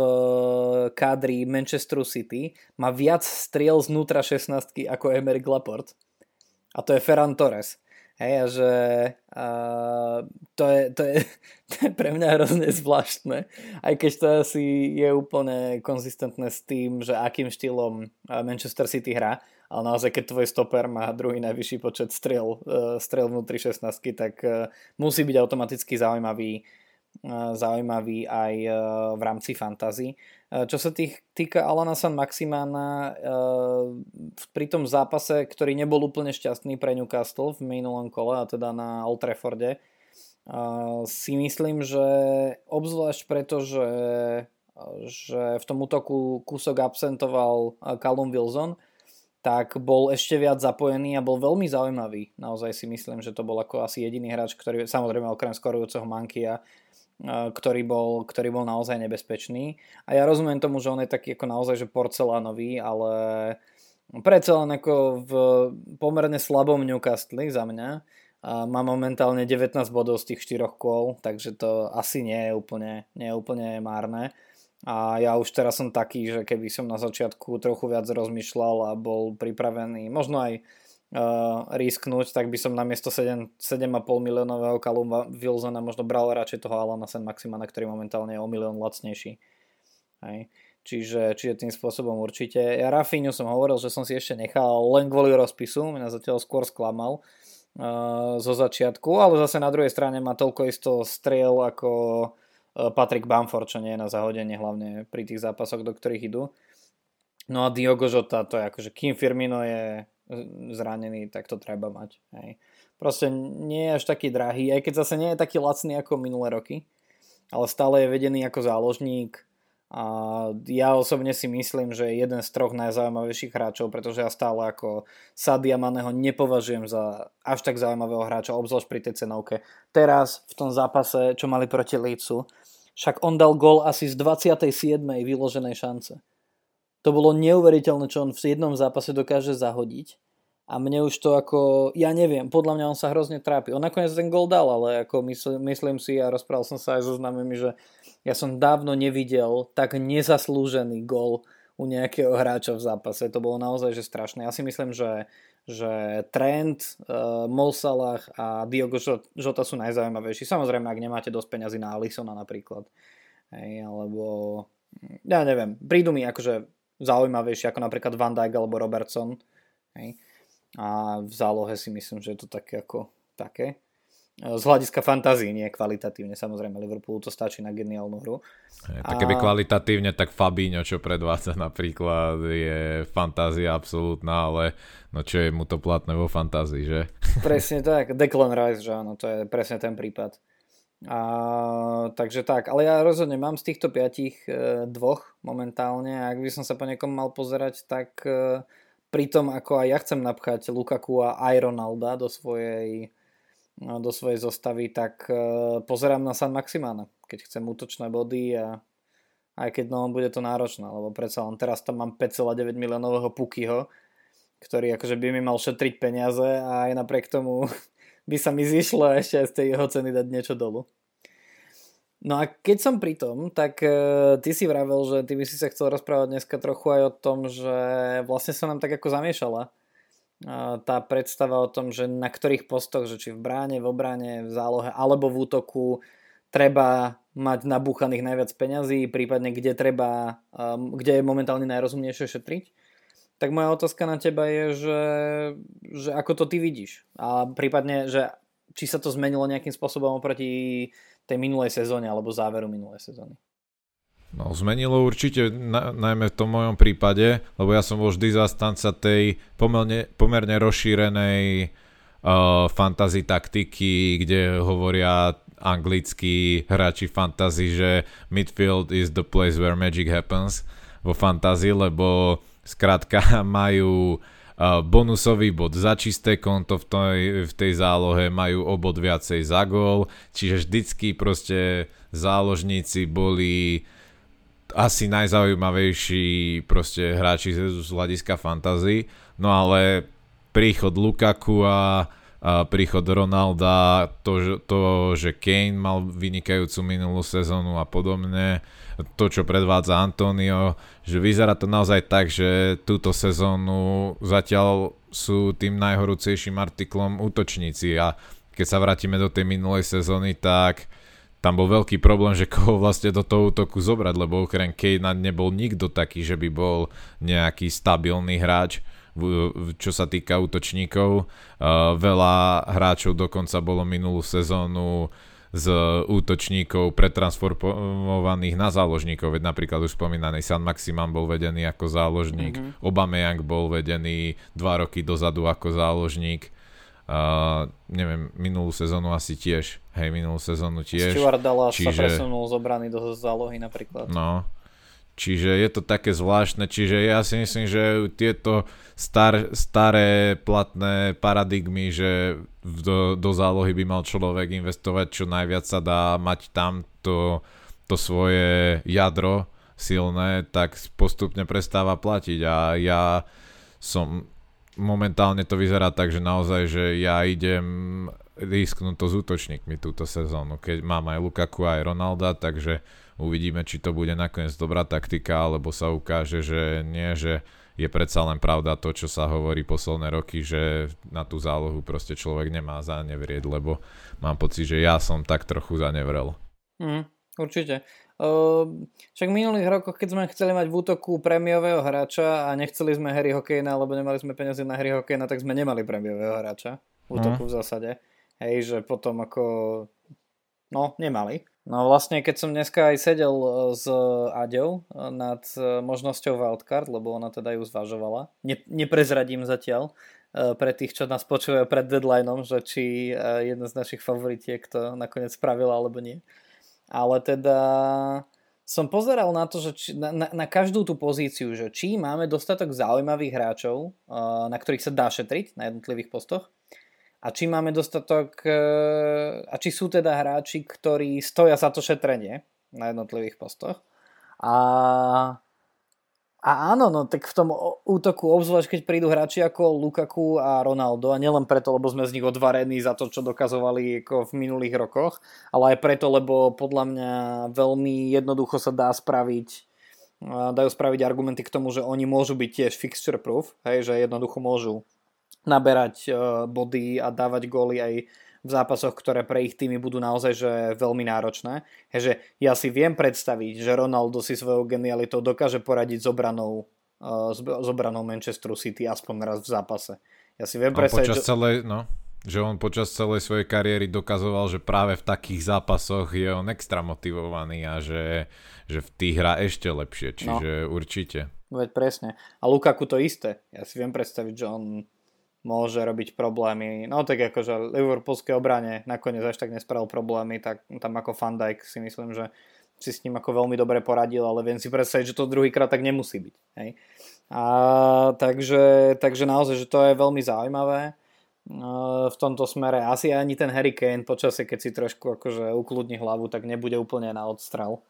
kádri Manchesteru City má viac striel znútra šestnástky ako Aymeric Laporte. A to je Ferran Torres. Hej, a že uh, to, je, to, je, to je pre mňa hrozne zvláštne, aj keď to asi je úplne konzistentné s tým, že akým štýlom Manchester City hrá, ale naozaj keď tvoj stoper má druhý najvyšší počet striel, uh, striel vnútri šestnástky, tak uh, musí byť automaticky zaujímavý zaujímavý aj v rámci fantasy. Čo sa tých, týka Alana Saint-Maximána, pri tom zápase, ktorý nebol úplne šťastný pre Newcastle v minulom kole, a teda na Old Trafforde, si myslím, že obzvlášť preto, že, že v tom útoku kúsok absentoval Callum Wilson, tak bol ešte viac zapojený a bol veľmi zaujímavý. Naozaj si myslím, že to bol ako asi jediný hráč, ktorý, samozrejme okrem skorujúceho Mankia, ktorý bol, ktorý bol naozaj nebezpečný. A ja rozumiem tomu, že on je taký ako naozaj že porcelánový, ale predsa len ako v pomerne slabom Newcastle za mňa. A má momentálne devätnásť bodov z tých štyroch kôl, takže to asi nie je úplne, nie je úplne márne. A ja už teraz som taký, že keby som na začiatku trochu viac rozmýšľal a bol pripravený možno aj Uh, risknúť, tak by som namiesto sedem celá päť miliónového Calluma Wilsona možno bral radšej toho Alana Saint-Maximana, ktorý momentálne je o milión lacnejší. Hej. Čiže, čiže tým spôsobom určite. Ja Rafinhu som hovoril, že som si ešte nechal len kvôli rozpisu, mňa zatiaľ skôr sklamal uh, zo začiatku, ale zase na druhej strane má toľko isto striel ako uh, Patrick Bamford, čo nie je na zahodenie, hlavne pri tých zápasoch, do ktorých idú. No a Diogo Jota, to je akože kým Firmino je zranený, tak to treba mať. Hej. Proste nie je až taký drahý, aj keď zase nie je taký lacný ako minulé roky, ale stále je vedený ako záložník a ja osobne si myslím, že je jeden z troch najzaujímavejších hráčov, pretože ja stále ako Sadia Maného nepovažujem za až tak zaujímavého hráča, obzvlášť pri tej cenovke. Teraz v tom zápase, čo mali proti Leedsu, však on dal gól asi z dvadsiatej siedmej vyloženej šance. To bolo neuveriteľné, čo on v jednom zápase dokáže zahodiť. A mne už to ako, ja neviem, podľa mňa on sa hrozne trápi. On nakoniec ten gól dal, ale ako mysl, myslím si, a rozprával som sa aj so známymi, že ja som dávno nevidel tak nezaslúžený gól u nejakého hráča v zápase. To bolo naozaj že strašné. Ja si myslím, že, že Trent, uh, Mo Salah a Diogo Jota sú najzaujímavejší. Samozrejme, ak nemáte dosť peňazí na Alisona napríklad. Hej, alebo ja neviem, prídu mi akože zaujímavejšie ako napríklad Van Dijk alebo Robertson. Hej. A v zálohe si myslím, že je to také ako také. Z hľadiska fantázii, nie kvalitatívne. Samozrejme, Liverpoolu to stačí na geniálnu hru. Je, tak keby a... kvalitatívne, tak Fabinho, čo predvádza napríklad, je fantázia absolútna, ale no čo je mu to platné vo fantázii, že? Presne tak. Declan Rice, že áno, to je presne ten prípad. A, takže tak, ale ja rozhodne mám z týchto piatich e, dvoch momentálne a ak by som sa po niekom mal pozerať, tak e, pri tom ako aj ja chcem napchať Lukaku a aj Ronalda do svojej, no, do svojej zostavy, tak e, pozerám na Saint-Maximána, keď chcem útočné body a aj keď no, bude to náročné, lebo predsa len teraz tam mám päť celá deväť miliónového Pukyho, ktorý akože by mi mal šetriť peniaze a aj napriek tomu by sa mi zišlo ešte z tej jeho ceny dať niečo dolu. No a keď som pri tom, tak uh, ty si vravel, že ty by si sa chcel rozprávať dneska trochu aj o tom, že vlastne sa nám tak ako zamiešala uh, tá predstava o tom, že na ktorých postoch, že či v bráne, v obrane, v zálohe alebo v útoku treba mať nabúchaných najviac peňazí, prípadne kde treba, um, kde je momentálne najrozumnejšie šetriť. Tak moja otázka na teba je, že, že ako to ty vidíš a prípadne, že či sa to zmenilo nejakým spôsobom oproti tej minulej sezóne alebo záveru minulej sezóny. No zmenilo určite, na, najmä v tom mojom prípade, lebo ja som bol vždy zastanca tej pomerne, pomerne rozšírenej uh, fantasy taktiky, kde hovoria anglickí hráči fantasy, že midfield is the place where magic happens vo fantasy, lebo skrátka majú uh, bonusový bod za čisté konto v tej, v tej zálohe, majú o bod viacej za gól, čiže vždycky proste záložníci boli asi najzaujímavejší proste hráči z, z hľadiska fantasy, no ale príchod Lukaku a, a príchod Ronalda, to, to, že Kane mal vynikajúcu minulú sezónu a podobne, to, čo predvádza Antonio, že vyzerá to naozaj tak, že túto sezónu zatiaľ sú tým najhorúcejším artiklom útočníci a keď sa vrátime do tej minulej sezóny, tak tam bol veľký problém, že koho vlastne do toho útoku zobrať, lebo okrem Kanea nebol nikto taký, že by bol nejaký stabilný hráč, čo sa týka útočníkov. Uh, veľa hráčov dokonca bolo minulú sezónu z útočníkov pretransformovaných na záložníkov, veď napríklad už spomínaný San Maximan bol vedený ako záložník, mm-hmm. Aubameyang bol vedený dva roky dozadu ako záložník, uh, neviem, minulú sezónu asi tiež, hej, minulú sezónu tiež. Stuart Dallas čiže... sa presunul z obrany do zálohy napríklad. No, čiže je to také zvláštne, čiže ja si myslím, že tieto star, staré platné paradigmy, že do, do zálohy by mal človek investovať čo najviac sa dá, mať tam to, to svoje jadro silné, tak postupne prestáva platiť a ja som, momentálne to vyzerá tak, že naozaj, že ja idem risknúť to s útočníkmi túto sezónu, keď mám aj Lukaku aj Ronalda, takže uvidíme, či to bude nakoniec dobrá taktika, alebo sa ukáže, že nie, že je predsa len pravda to, čo sa hovorí posledné roky, že na tú zálohu proste človek nemá zanevrieť, lebo mám pocit, že ja som tak trochu zanevrel. Mm, určite. Uh, však v minulých rokoch, keď sme chceli mať v útoku prémiového hráča a nechceli sme Harryho Kanea, alebo nemali sme peniaze na Harryho Kanea, tak sme nemali prémiového hráča v útoku mm. v zásade. Hej, že potom ako... No, nemali. No vlastne, keď som dneska aj sedel s Aďou nad možnosťou wildcard, lebo ona teda ju zvažovala. Ne, neprezradím zatiaľ pre tých, čo nás počúvajú pred deadlineom, že či jedna z našich favoritiek to nakoniec spravila alebo nie. Ale teda som pozeral na to, že či, na, na, na každú tú pozíciu, že či máme dostatok zaujímavých hráčov, na ktorých sa dá šetriť na jednotlivých postoch. A či máme dostatok, a či sú teda hráči, ktorí stoja za to šetrenie na jednotlivých postoch. A, a áno, no tak v tom útoku, obzvlášť keď prídu hráči ako Lukaku a Ronaldo, a nielen preto, lebo sme z nich odvarení za to, čo dokazovali ako v minulých rokoch, ale aj preto, lebo podľa mňa veľmi jednoducho sa dá spraviť, dajú spraviť argumenty k tomu, že oni môžu byť tiež fixture proof, hej, že jednoducho môžu naberať body a dávať góly aj v zápasoch, ktoré pre ich týmy budú naozaj že veľmi náročné. Heže ja si viem predstaviť, že Ronaldo si svojou genialitou dokáže poradiť s obranou, s obranou Manchesteru City aspoň raz v zápase. Ja si viem predstaviť, že... Celej, no, že on počas celej svojej kariéry dokazoval, že práve v takých zápasoch je on extra motivovaný a že, že v tých hrá ešte lepšie, čiže no, určite. Veď presne. A Lukaku to isté. Ja si viem predstaviť, že on môže robiť problémy. No tak akože liverpoolské obrane nakoniec až tak nespravil problémy, tak tam ako Van Dijk si myslím, že si s ním ako veľmi dobre poradil, ale viem si predstaviť, že to druhýkrát tak nemusí byť. Hej? A takže, takže naozaj, že to je veľmi zaujímavé v tomto smere. Asi ani ten Harry Kane počasie, keď si trošku akože ukludní hlavu, tak nebude úplne na odstrel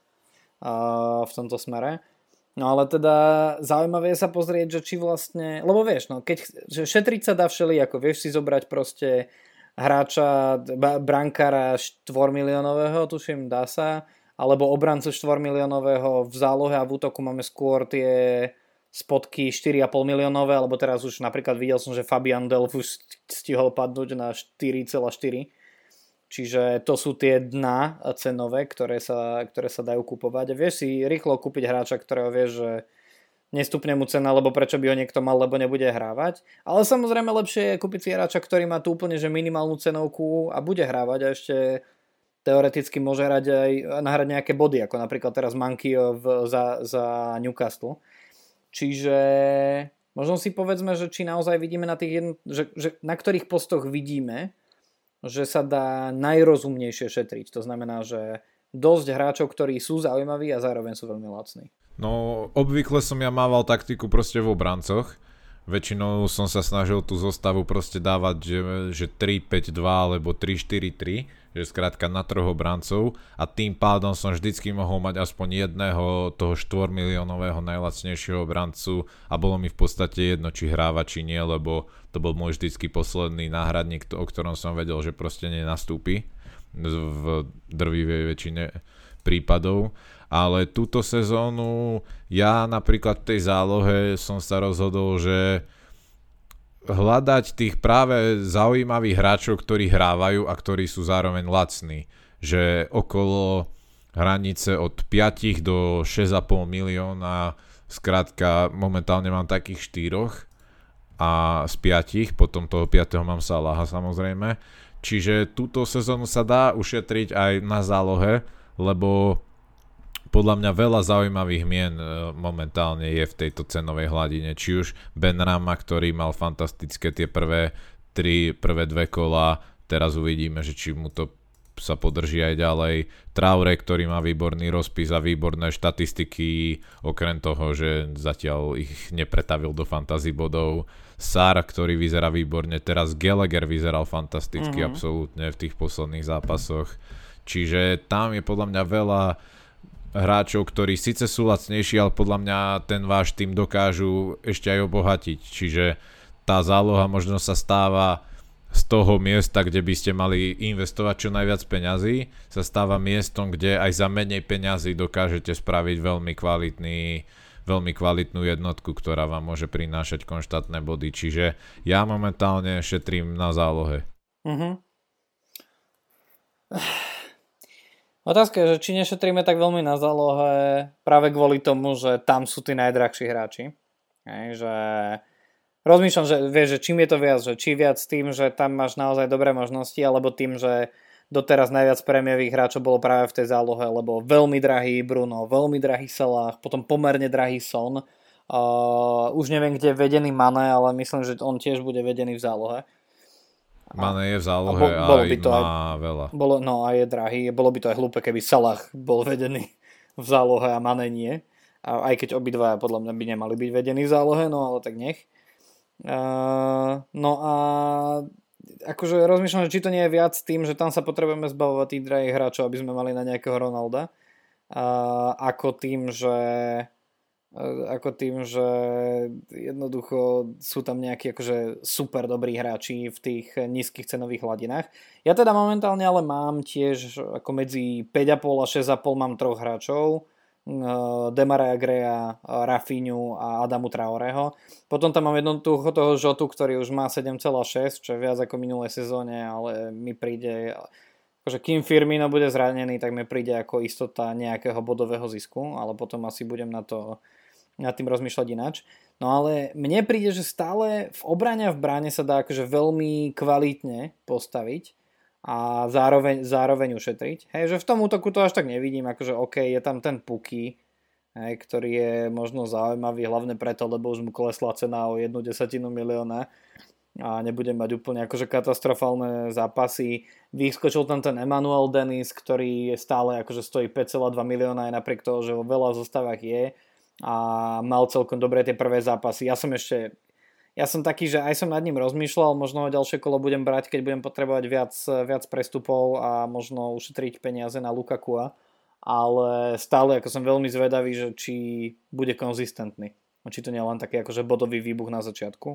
v tomto smere. No ale teda zaujímavé je sa pozrieť, že či vlastne, lebo vieš, no keď že šetriť sa dá všeli, ako vieš si zobrať proste hráča, brankára štvormiliónového, tuším, dá sa, alebo obrancu štvormiliónového v zálohe a v útoku máme skôr tie spotky štyri a pol miliónové, alebo teraz už napríklad videl som, že Fabian Delph už stihol padnúť na štyri celé štyri. Čiže to sú tie dna cenové, ktoré sa, ktoré sa dajú kupovať. A vieš si rýchlo kúpiť hráča, ktorého vieš, že nestupne mu cena, lebo prečo by ho niekto mal, lebo nebude hrávať. Ale samozrejme lepšie je kúpiť si hráča, ktorý má tú úplne že minimálnu cenovku a bude hrávať a ešte teoreticky môže hrať aj nahrať nejaké body, ako napríklad teraz Mankio za, za Newcastle. Čiže možno si povedzme, že či naozaj vidíme na tých jedn... že, že na ktorých postoch vidíme, že sa dá najrozumnejšie šetriť. To znamená, že dosť hráčov, ktorí sú zaujímaví a zároveň sú veľmi lacní. No, obvykle som ja mával taktiku proste v obrancoch. Väčšinou som sa snažil tú zostavu proste dávať, že, že tri päť dva alebo tri štyri tri, že skrátka na troch obrancov a tým pádom som vždycky mohol mať aspoň jedného toho štvormiliónového najlacnejšieho obrancu a bolo mi v podstate jedno, či hráva, či nie, lebo to bol môj vždycky posledný náhradník, o ktorom som vedel, že proste nenastúpi v drvivej väčšine prípadov. Ale túto sezónu ja napríklad v tej zálohe som sa rozhodol, že hľadať tých práve zaujímavých hráčov, ktorí hrávajú a ktorí sú zároveň lacní. Že okolo hranice od päť do šesť a pol milióna, skrátka momentálne mám takých štyroch a z piatich, potom toho piateho mám Salaha samozrejme. Čiže túto sezónu sa dá ušetriť aj na zálohe, lebo podľa mňa veľa zaujímavých mien momentálne je v tejto cenovej hladine. Či už Benrahma, ktorý mal fantastické tie prvé tri, prvé dve kola, teraz uvidíme, že či mu to sa podrží aj ďalej. Traore, ktorý má výborný rozpis a výborné štatistiky, okrem toho, že zatiaľ ich nepretavil do fantasy bodov. Sar, ktorý vyzerá výborne, teraz Gallagher vyzeral fantasticky mm-hmm. absolútne v tých posledných zápasoch. Čiže tam je podľa mňa veľa hráčov, ktorí síce sú lacnejší, ale podľa mňa ten váš tým dokážu ešte aj obohatiť. Čiže tá záloha možno sa stáva z toho miesta, kde by ste mali investovať čo najviac peňazí, sa stáva miestom, kde aj za menej peňazí dokážete spraviť veľmi kvalitný, veľmi kvalitnú jednotku, ktorá vám môže prinášať konštantné body. Čiže ja momentálne šetrím na zálohe. Mhm. Otázka je, že či nešetríme tak veľmi na zálohe práve kvôli tomu, že tam sú tí najdrahší hráči. Hej, že rozmýšľam, že vieš, že čím je to viac, že či viac tým, že tam máš naozaj dobré možnosti, alebo tým, že doteraz najviac prémiových hráčov bolo práve v tej zálohe, lebo veľmi drahý Bruno, veľmi drahý Salah, potom pomerne drahý Son. Uh, už neviem, kde je vedený Mane, ale myslím, že on tiež bude vedený v zálohe. Mane je v zálohe a, bo, a by to má aj, veľa. Bolo, no a je drahý. Bolo by to aj hlúpe, keby Salah bol vedený v zálohe a Mane nie. A aj keď obidva podľa mňa by nemali byť vedení v zálohe, no ale tak nech. Uh, no a akože rozmýšľam, že či to nie je viac tým, že tam sa potrebujeme zbavovať tých drahých hráčov, aby sme mali na nejakého Ronalda. Uh, ako tým, že ako tým, že jednoducho sú tam nejakí akože super dobrí hráči v tých nízkych cenových hladinách. Ja teda momentálne ale mám tiež ako medzi päť a pol a šesť a pol mám troch hráčov. Demara Greya, Rafinhu a Adamu Traoreho. Potom tam mám jednoducho toho Žotu, ktorý už má sedem celá šesť, čo je viac ako minulé sezóne, ale mi príde, akože kým Firmino bude zranený, tak mi príde ako istota nejakého bodového zisku, ale potom asi budem na to nad tým rozmýšľať ináč. No ale mne príde, že stále v obrane a v bráne sa dá akože veľmi kvalitne postaviť a zároveň, zároveň ušetriť. Hej, že v tom útoku to až tak nevidím, akože OK, je tam ten Puky, hej, ktorý je možno zaujímavý, hlavne preto, lebo už mu klesla cena o jednu desatinu milióna a nebude mať úplne akože katastrofálne zápasy. Vyskočil tam ten Emmanuel Dennis, ktorý je stále akože stojí päť celá dva milióna aj napriek toho, že vo veľa zostavách je a mal celkom dobré tie prvé zápasy. Ja som ešte, ja som taký, že aj som nad ním rozmýšľal, možno ho ďalšie kolo budem brať, keď budem potrebovať viac, viac prestupov a možno ušetriť peniaze na Lukakua, ale stále ako som veľmi zvedavý, že či bude konzistentný. Či to nie je len taký akože bodový výbuch na začiatku.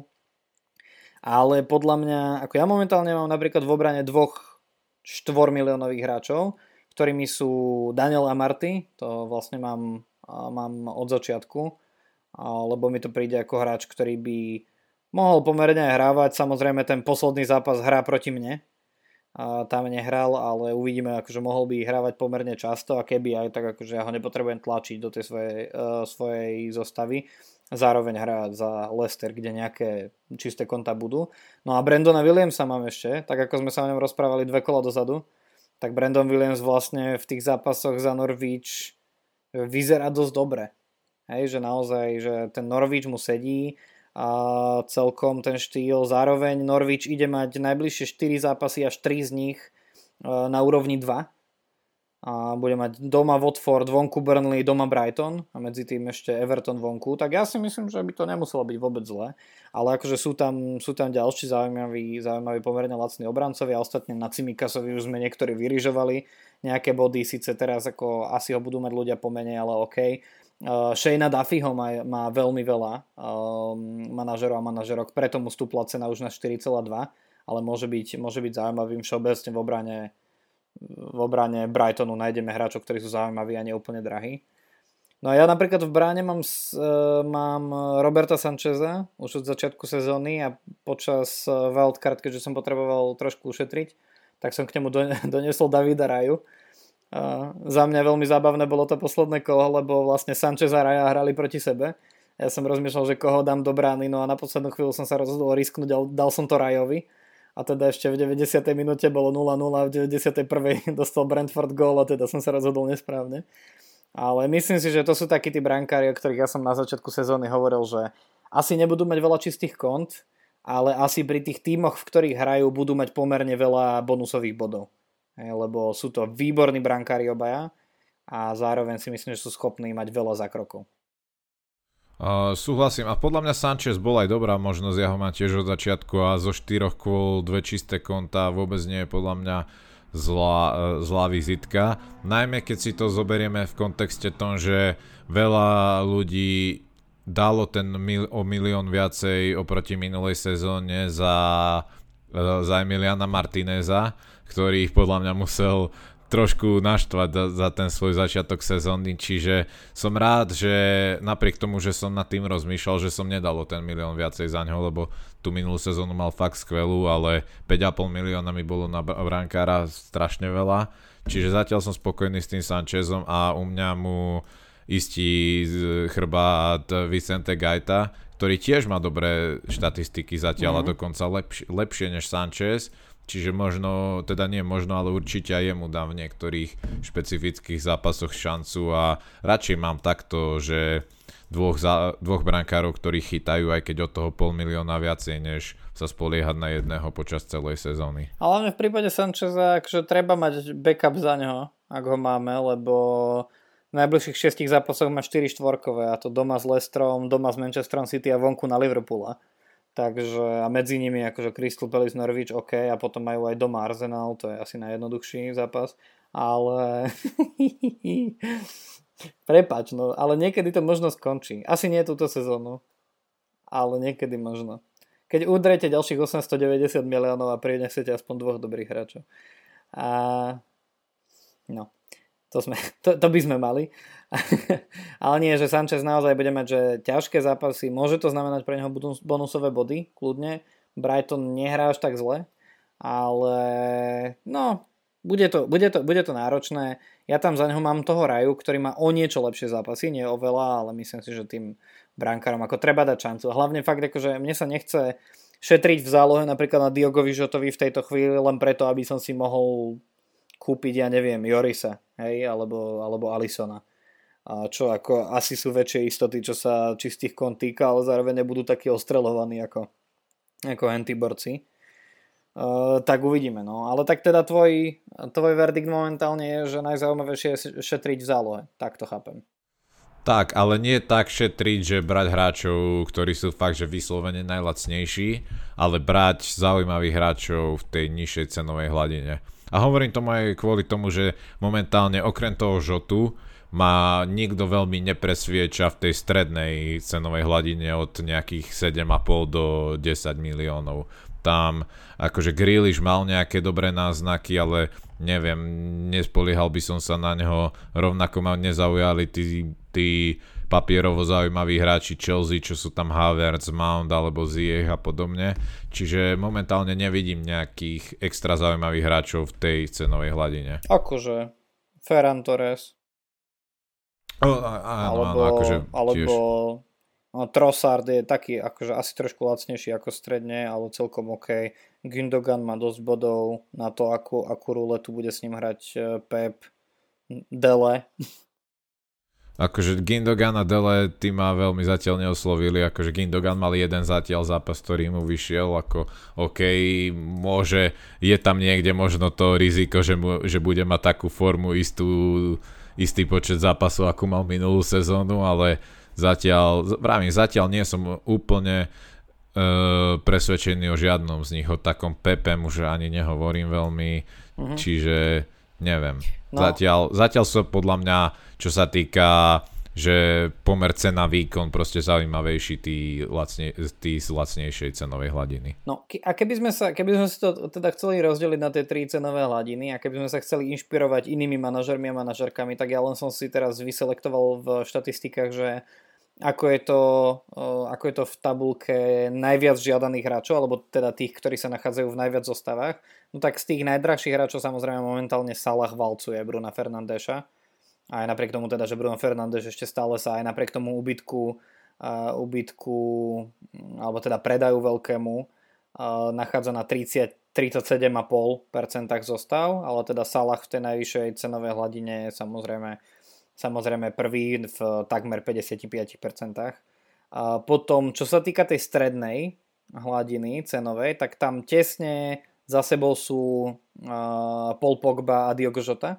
Ale podľa mňa, ako ja momentálne mám napríklad v obrane dvoch štvormiliónových hráčov, ktorými sú Daniel Amarty, to vlastne mám mám od začiatku, lebo mi to príde ako hráč, ktorý by mohol pomerne aj hrávať. Samozrejme ten posledný zápas hrá proti mne, a tam nehral, ale uvidíme, akože mohol by hrávať pomerne často a keby aj tak, akože ja ho nepotrebujem tlačiť do tej svojej, uh, svojej zostavy. Zároveň hrá za Leicester, kde nejaké čisté konta budú. No a Brandona Williamsa mám ešte, tak ako sme sa o ňom rozprávali dve kola dozadu, tak Brandon Williams vlastne v tých zápasoch za Norwich vyzerá dosť dobre. Hej, že naozaj, že ten Norwich mu sedí a celkom ten štýl. Zároveň Norwich ide mať najbližšie štyri zápasy, až tri z nich na úrovni dva. A bude mať doma Watford, vonku Burnley, doma Brighton a medzi tým ešte Everton vonku. Tak ja si myslím, že by to nemuselo byť vôbec zlé. Ale akože sú tam, sú tam ďalší zaujímaví, zaujímaví pomerne lacní obrancovia. Ostatne na Cimikasovi už sme niektorí vyrižovali nejaké body. Síce teraz ako asi ho budú mať ľudia pomenej, ale OK. Uh, Shayna Duffyho má, má veľmi veľa um, manažerov a manažerok. Preto mu stúpla cena už na štyri celá dva. Ale môže byť, môže byť zaujímavým všeobecne v obrane v obrane Brightonu nájdeme hráčov, ktorí sú zaujímaví a neúplne drahí. No a ja napríklad v bráne mám, uh, mám Roberta Sancheza už od začiatku sezóny a počas uh, wildcard, keďže som potreboval trošku ušetriť, tak som k nemu don- doniesol Davida Raju. Uh, za mňa veľmi zábavné bolo to posledné kolo, lebo vlastne Sanchez a Raja hrali proti sebe. Ja som rozmýšľal, že koho dám do brány, no a na poslednú chvíľu som sa rozhodol risknúť, dal, dal som to Rajovi. A teda ešte v deväťdesiatej minúte bolo nula nula, v deväťdesiatej prvej dostal Brentford gól a teda som sa rozhodol nesprávne. Ale myslím si, že to sú takí tí brankári, o ktorých ja som na začiatku sezóny hovoril, že asi nebudú mať veľa čistých kont, ale asi pri tých tímoch, v ktorých hrajú, budú mať pomerne veľa bonusových bodov. Lebo sú to výborní brankári obaja a zároveň si myslím, že sú schopní mať veľa zákrokov. Uh, súhlasím a podľa mňa Sanchez bol aj dobrá možnosť, ja ho mám tiež od začiatku a zo štyroch kôl dve čisté konta vôbec nie je podľa mňa zlá, zlá vizitka. Najmä keď si to zoberieme v kontexte tom, že veľa ľudí dalo ten mil, o milión viacej oproti minulej sezóne za, za Emiliana Martineza, ktorý ich podľa mňa musel trošku naštvať za, za ten svoj začiatok sezóny, čiže som rád, že napriek tomu, že som nad tým rozmýšľal, že som nedal o ten milión viacej za ňo, lebo tú minulú sezónu mal fakt skvelú, ale päť a pol milióna mi bolo na brankára strašne veľa, čiže zatiaľ som spokojný s tým Sanchezom a u mňa mu istí chrbát Vicente Gaeta, ktorý tiež má dobré štatistiky zatiaľ mm-hmm. a dokonca lepš- lepšie než Sanchez. Čiže možno, teda nie možno, ale určite aj jemu dám v niektorých špecifických zápasoch šancu a radšej mám takto, že dvoch, za, dvoch brankárov, ktorí chytajú, aj keď od toho pol milióna viacej, než sa spoliehať na jedného počas celej sezóny. Ale v prípade Sancheza, akože treba mať backup za neho, ak ho máme, lebo v najbližších šiestich zápasoch má štyri štvorkové, a to doma s Leicesterom, doma s Manchesterom City a vonku na Liverpoola. Takže a medzi nimi akože Crystal Palace, Norwich, OK, a potom majú aj doma Arsenal, to je asi najjednoduchší zápas, ale prepáč, no, ale niekedy to možno skončí. Asi nie túto sezónu, ale niekedy možno. Keď udrete ďalších osemstodeväťdesiat miliónov a prinesete aspoň dvoch dobrých hráčov. A no, to, sme, to, to by sme mali. Ale nie, že Sanchez naozaj bude mať že ťažké zápasy, môže to znamenať pre neho bonusové body, kľudne. Brighton nehrá až tak zle, ale no, bude to, bude to, bude to náročné. Ja tam za neho mám toho Raju, ktorý má o niečo lepšie zápasy, nie o veľa, ale myslím si, že tým brankárom ako treba dať šancu. Hlavne fakt, akože mne sa nechce šetriť v zálohe napríklad na Diogovi Žotovi v tejto chvíli len preto, aby som si mohol kúpiť, ja neviem, Jorisa, hej, alebo, alebo Alissona. A čo ako asi sú väčšie istoty, čo sa čistých kont týka, ale zároveň nebudú takí ostrelovaní ako, ako antiborci. Uh, tak uvidíme, no. Ale tak teda tvoj, tvoj verdikt momentálne je, že najzaujímavejšie je šetriť v zálohe. Tak to chápem. Tak, ale nie tak šetriť, že brať hráčov, ktorí sú fakt, že vyslovene najlacnejší, ale brať zaujímavých hráčov v tej nižšej cenovej hladine. A hovorím tomu aj kvôli tomu, že momentálne okrem toho Žotu ma nikto veľmi nepresvieča v tej strednej cenovej hladine od nejakých sedem a pol do desať miliónov. Tam akože Grealish mal nejaké dobré náznaky, ale neviem, nespoliehal by som sa na neho. Rovnako ma nezaujali tí, tí papierovo zaujímaví hráči Chelsea, čo sú tam Havertz, Mount alebo Ziyech a podobne. Čiže momentálne nevidím nejakých extra zaujímavých hráčov v tej cenovej hladine. Akože Ferran Torres. Oh, áno, alebo, áno, akože alebo no, Trossard je taký akože asi trošku lacnejší ako stredne, ale celkom OK. Gündogan má dosť bodov na to, akú, akú ruletu bude s ním hrať Pep. Dele. Akože Gündogan a Dele, tí ma veľmi zatiaľ neoslovili, akože Gündogan mal jeden zatiaľ zápas, ktorý mu vyšiel, ako OK, môže, je tam niekde možno to riziko, že, mu, že bude mať takú formu istú istý počet zápasov, ako mal minulú sezónu, ale zatiaľ, vravím, zatiaľ nie som úplne uh, presvedčený o žiadnom z nich, o takom Pepem už ani nehovorím veľmi, uh-huh. čiže neviem. No. Zatiaľ, zatiaľ sú podľa mňa, čo sa týka že pomer cena výkon proste zaujímavejší tí, lacne, tí z lacnejšej cenovej hladiny. No a keby sme sa, keby sme si to teda chceli rozdeliť na tie tri cenové hladiny a keby sme sa chceli inšpirovať inými manažermi a manažerkami, tak ja len som si teraz vyselektoval v štatistikách, že ako je to, ako je to v tabulke najviac žiadaných hráčov, alebo teda tých, ktorí sa nachádzajú v najviac zostavách. No tak z tých najdrahších hráčov samozrejme momentálne Salah valcuje Bruna Fernandeša. A aj napriek tomu teda, že Bruno Fernandes ešte stále sa aj napriek tomu úbytku, uh, úbytku alebo teda predaju veľkému uh, nachádza na tridsať, tridsaťsedem celá päť percenta zostav, ale teda Salah v tej najvyššej cenovej hladine je samozrejme, samozrejme prvý v takmer päťdesiatpäť percent. Uh, potom, čo sa týka tej strednej hladiny cenovej, tak tam tesne za sebou sú uh, Paul Pogba a Diogo Jota.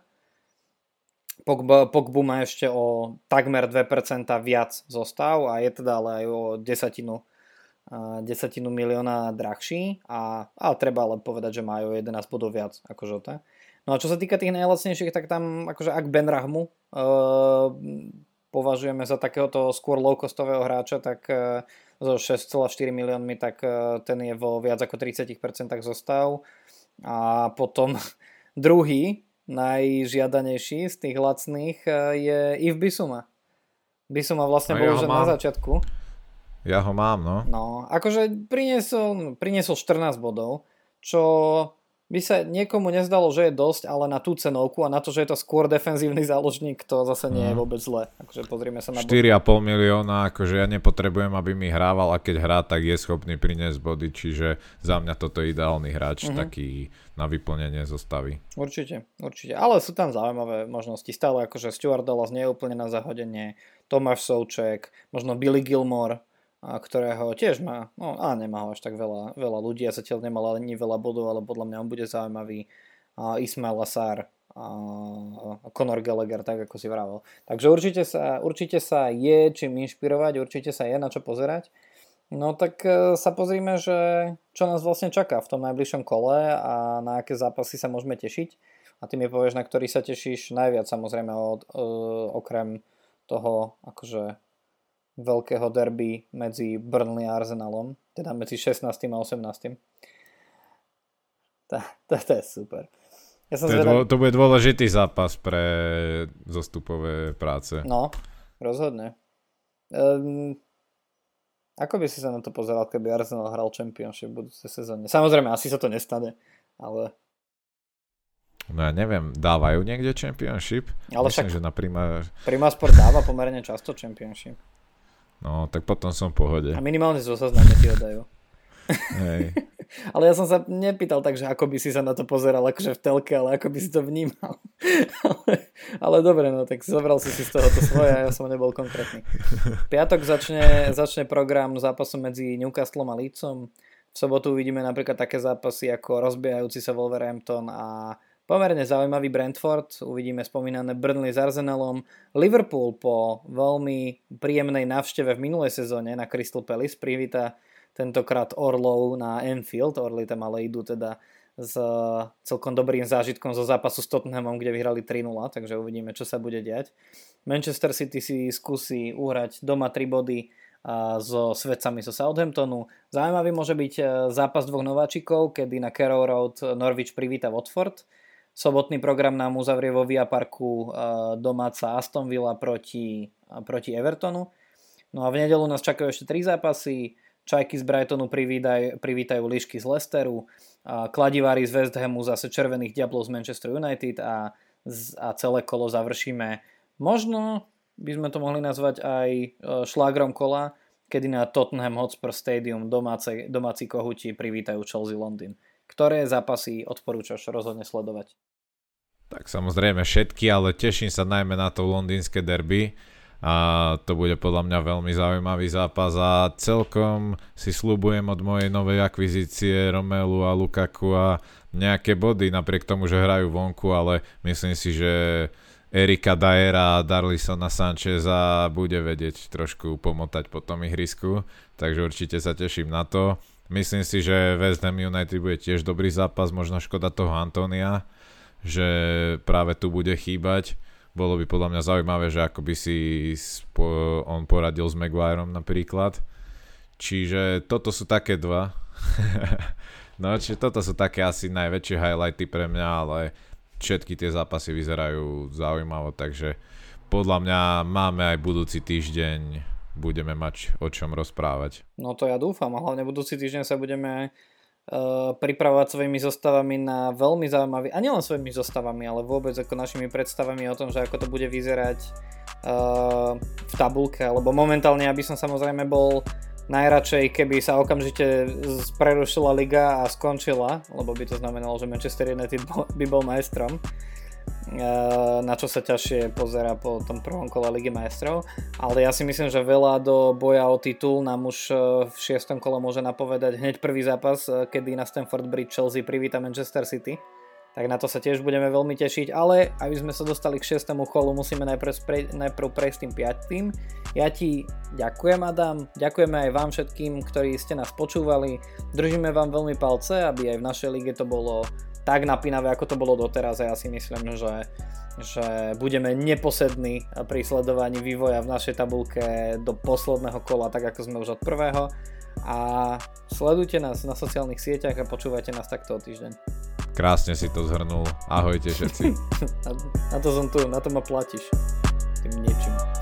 Pogba, Pogbu má ešte o takmer dve percentá viac zostav a je teda ale aj o desatinu, desatinu milióna drahší a, a treba ale povedať, že majú jedenásť bodov viac ako Jota. No a čo sa týka tých najlacnejších, tak tam akože ak Ben Rahmu e, považujeme za takéhoto skôr low-costového hráča, tak e, so šesť celá štyri miliónmi, tak e, ten je vo viac ako tridsať percent zostav. A potom druhý najžiadanejší z tých lacných je Yves Bissouma. Bissouma vlastne no, bol ja už na začiatku. Ja ho mám, no. No, akože priniesol, priniesol štrnásť bodov, čo by sa niekomu nezdalo, že je dosť, ale na tú cenovku a na to, že je to skôr defenzívny záložník, to zase nie je vôbec zle. Akože pozrieme sa na štyri a pol milióna, akože ja nepotrebujem, aby mi hrával a keď hrá, tak je schopný priniesť body, čiže za mňa toto je ideálny hráč, uh-huh. taký na vyplnenie zostavy. Určite, určite, ale sú tam zaujímavé možnosti. Stále akože Stuart Dallas nie je úplne na zahodenie, Tomáš Souček, možno Billy Gilmore, ktorého tiež má, no a nemá ho až tak veľa, veľa ľudí, ja zatiaľ nemal ani veľa bodov, ale podľa mňa on bude zaujímavý. A Ismail Assar, a Conor Gallagher, tak ako si vravel. Takže určite sa, určite sa je čím inšpirovať, určite sa je na čo pozerať. No tak sa pozrime, že čo nás vlastne čaká v tom najbližšom kole a na aké zápasy sa môžeme tešiť. A ty mi povieš, na ktorý sa tešíš najviac, samozrejme od, okrem toho akože veľkého derby medzi Burnley a Arsenalom, teda medzi šestnástim a osemnástim. To, to, to je super. Ja som to, zvedal... dô, to bude dôležitý zápas pre zostupové práce. No, rozhodne. Um, ako by si sa na to pozeral, keby Arsenal hral Championship v budúcej sezóne? Samozrejme, asi sa to nestane, ale... No ja neviem, dávajú niekde Championship? Ale Myslím, však že na Prima... Primasport dáva pomerne často Championship. No, tak potom som v pohode. A minimálne zo zázname ti ho dajú. Hej. Ale ja som sa nepýtal tak, že ako by si sa na to pozeral akože v telke, ale ako by si to vnímal. ale, ale dobre, no tak zobral si si z toho to svoje a ja som nebol konkrétny. V piatok začne, začne program zápasu medzi Newcastlom a Leedsom. V sobotu uvidíme napríklad také zápasy ako rozbiehajúci sa Wolverhampton a pomerne zaujímavý Brentford, uvidíme spomínané Burnley s Arsenalom. Liverpool po veľmi príjemnej návšteve v minulej sezóne na Crystal Palace privíta tentokrát Orlov na Anfield. Orly tam ale idú teda s celkom dobrým zážitkom zo zápasu s Tottenhamom, kde vyhrali tri nula, takže uvidíme, čo sa bude diať. Manchester City si skúsi uhrať doma tri body so svedcami zo Southamptonu. Zaujímavý môže byť zápas dvoch nováčikov, kedy na Carrow Road Norwich privíta Watford. Sobotný program nám uzavrie vo Via Parku domáca Aston Villa proti, proti Evertonu. No a v nedeľu nás čakajú ešte tri zápasy. Čajky z Brightonu privítajú, privítajú Líšky z Leicesteru. Kladivári z West Hamu zase Červených diablov z Manchester United a, a celé kolo završíme. Možno by sme to mohli nazvať aj šlágrom kola, kedy na Tottenham Hotspur Stadium domáci, domáci kohúti privítajú Chelsea Londýn. Ktoré zápasy odporúčaš rozhodne sledovať? Tak samozrejme všetky, ale teším sa najmä na to londýnske derby a to bude podľa mňa veľmi zaujímavý zápas a celkom si sľubujem od mojej novej akvizície Romelu a Lukaku a nejaké body, napriek tomu, že hrajú vonku, ale myslím si, že Erika Dyera a Darlisona Sancheza bude vedieť trošku pomotať po tom ihrisku, takže určite sa teším na to. Myslím si, že West Ham United bude tiež dobrý zápas, možno škoda toho Antonia, že práve tu bude chýbať. bolo by podľa mňa zaujímavé, že ako by si spo, on poradil s Maguireom napríklad. Čiže toto sú také dva. No, čiže toto sú také asi najväčšie highlighty pre mňa, ale všetky tie zápasy vyzerajú zaujímavo, takže podľa mňa máme aj budúci týždeň, budeme mať o čom rozprávať. No to ja dúfam, a hlavne budúci týždeň sa budeme uh, pripravovať svojimi zostavami na veľmi zaujímavý, a nielen svojimi zostavami, ale vôbec ako našimi predstavami o tom, že ako to bude vyzerať uh, v tabulke, lebo momentálne, aby som samozrejme bol najradšej, keby sa okamžite prerušila liga a skončila, lebo by to znamenalo, že Manchester United by bol majstrom, na čo sa ťažšie pozerá po tom prvom kole Ligy majstrov. Ale ja si myslím, že veľa do boja o titul nám už v šiestom kole môže napovedať hneď prvý zápas, kedy na Stamford Bridge Chelsea privíta Manchester City. Tak na to sa tiež budeme veľmi tešiť, ale aby sme sa dostali k šiestemu kolu, musíme najprv, spre, najprv prejsť tým piatým. Ja ti ďakujem, Adam, ďakujeme aj vám všetkým, ktorí ste nás počúvali. Držíme vám veľmi palce, aby aj v našej lige to bolo tak napínavé, ako to bolo doteraz, a ja si myslím, že, že budeme neposední pri sledovaní vývoja v našej tabulke do posledného kola, tak ako sme už od prvého. A sledujte nás na sociálnych sieťach a počúvajte nás takto o týždeň. Krásne si to zhrnul. Ahojte všetci. na, na to som tu, na to ma platíš. Tým niečím.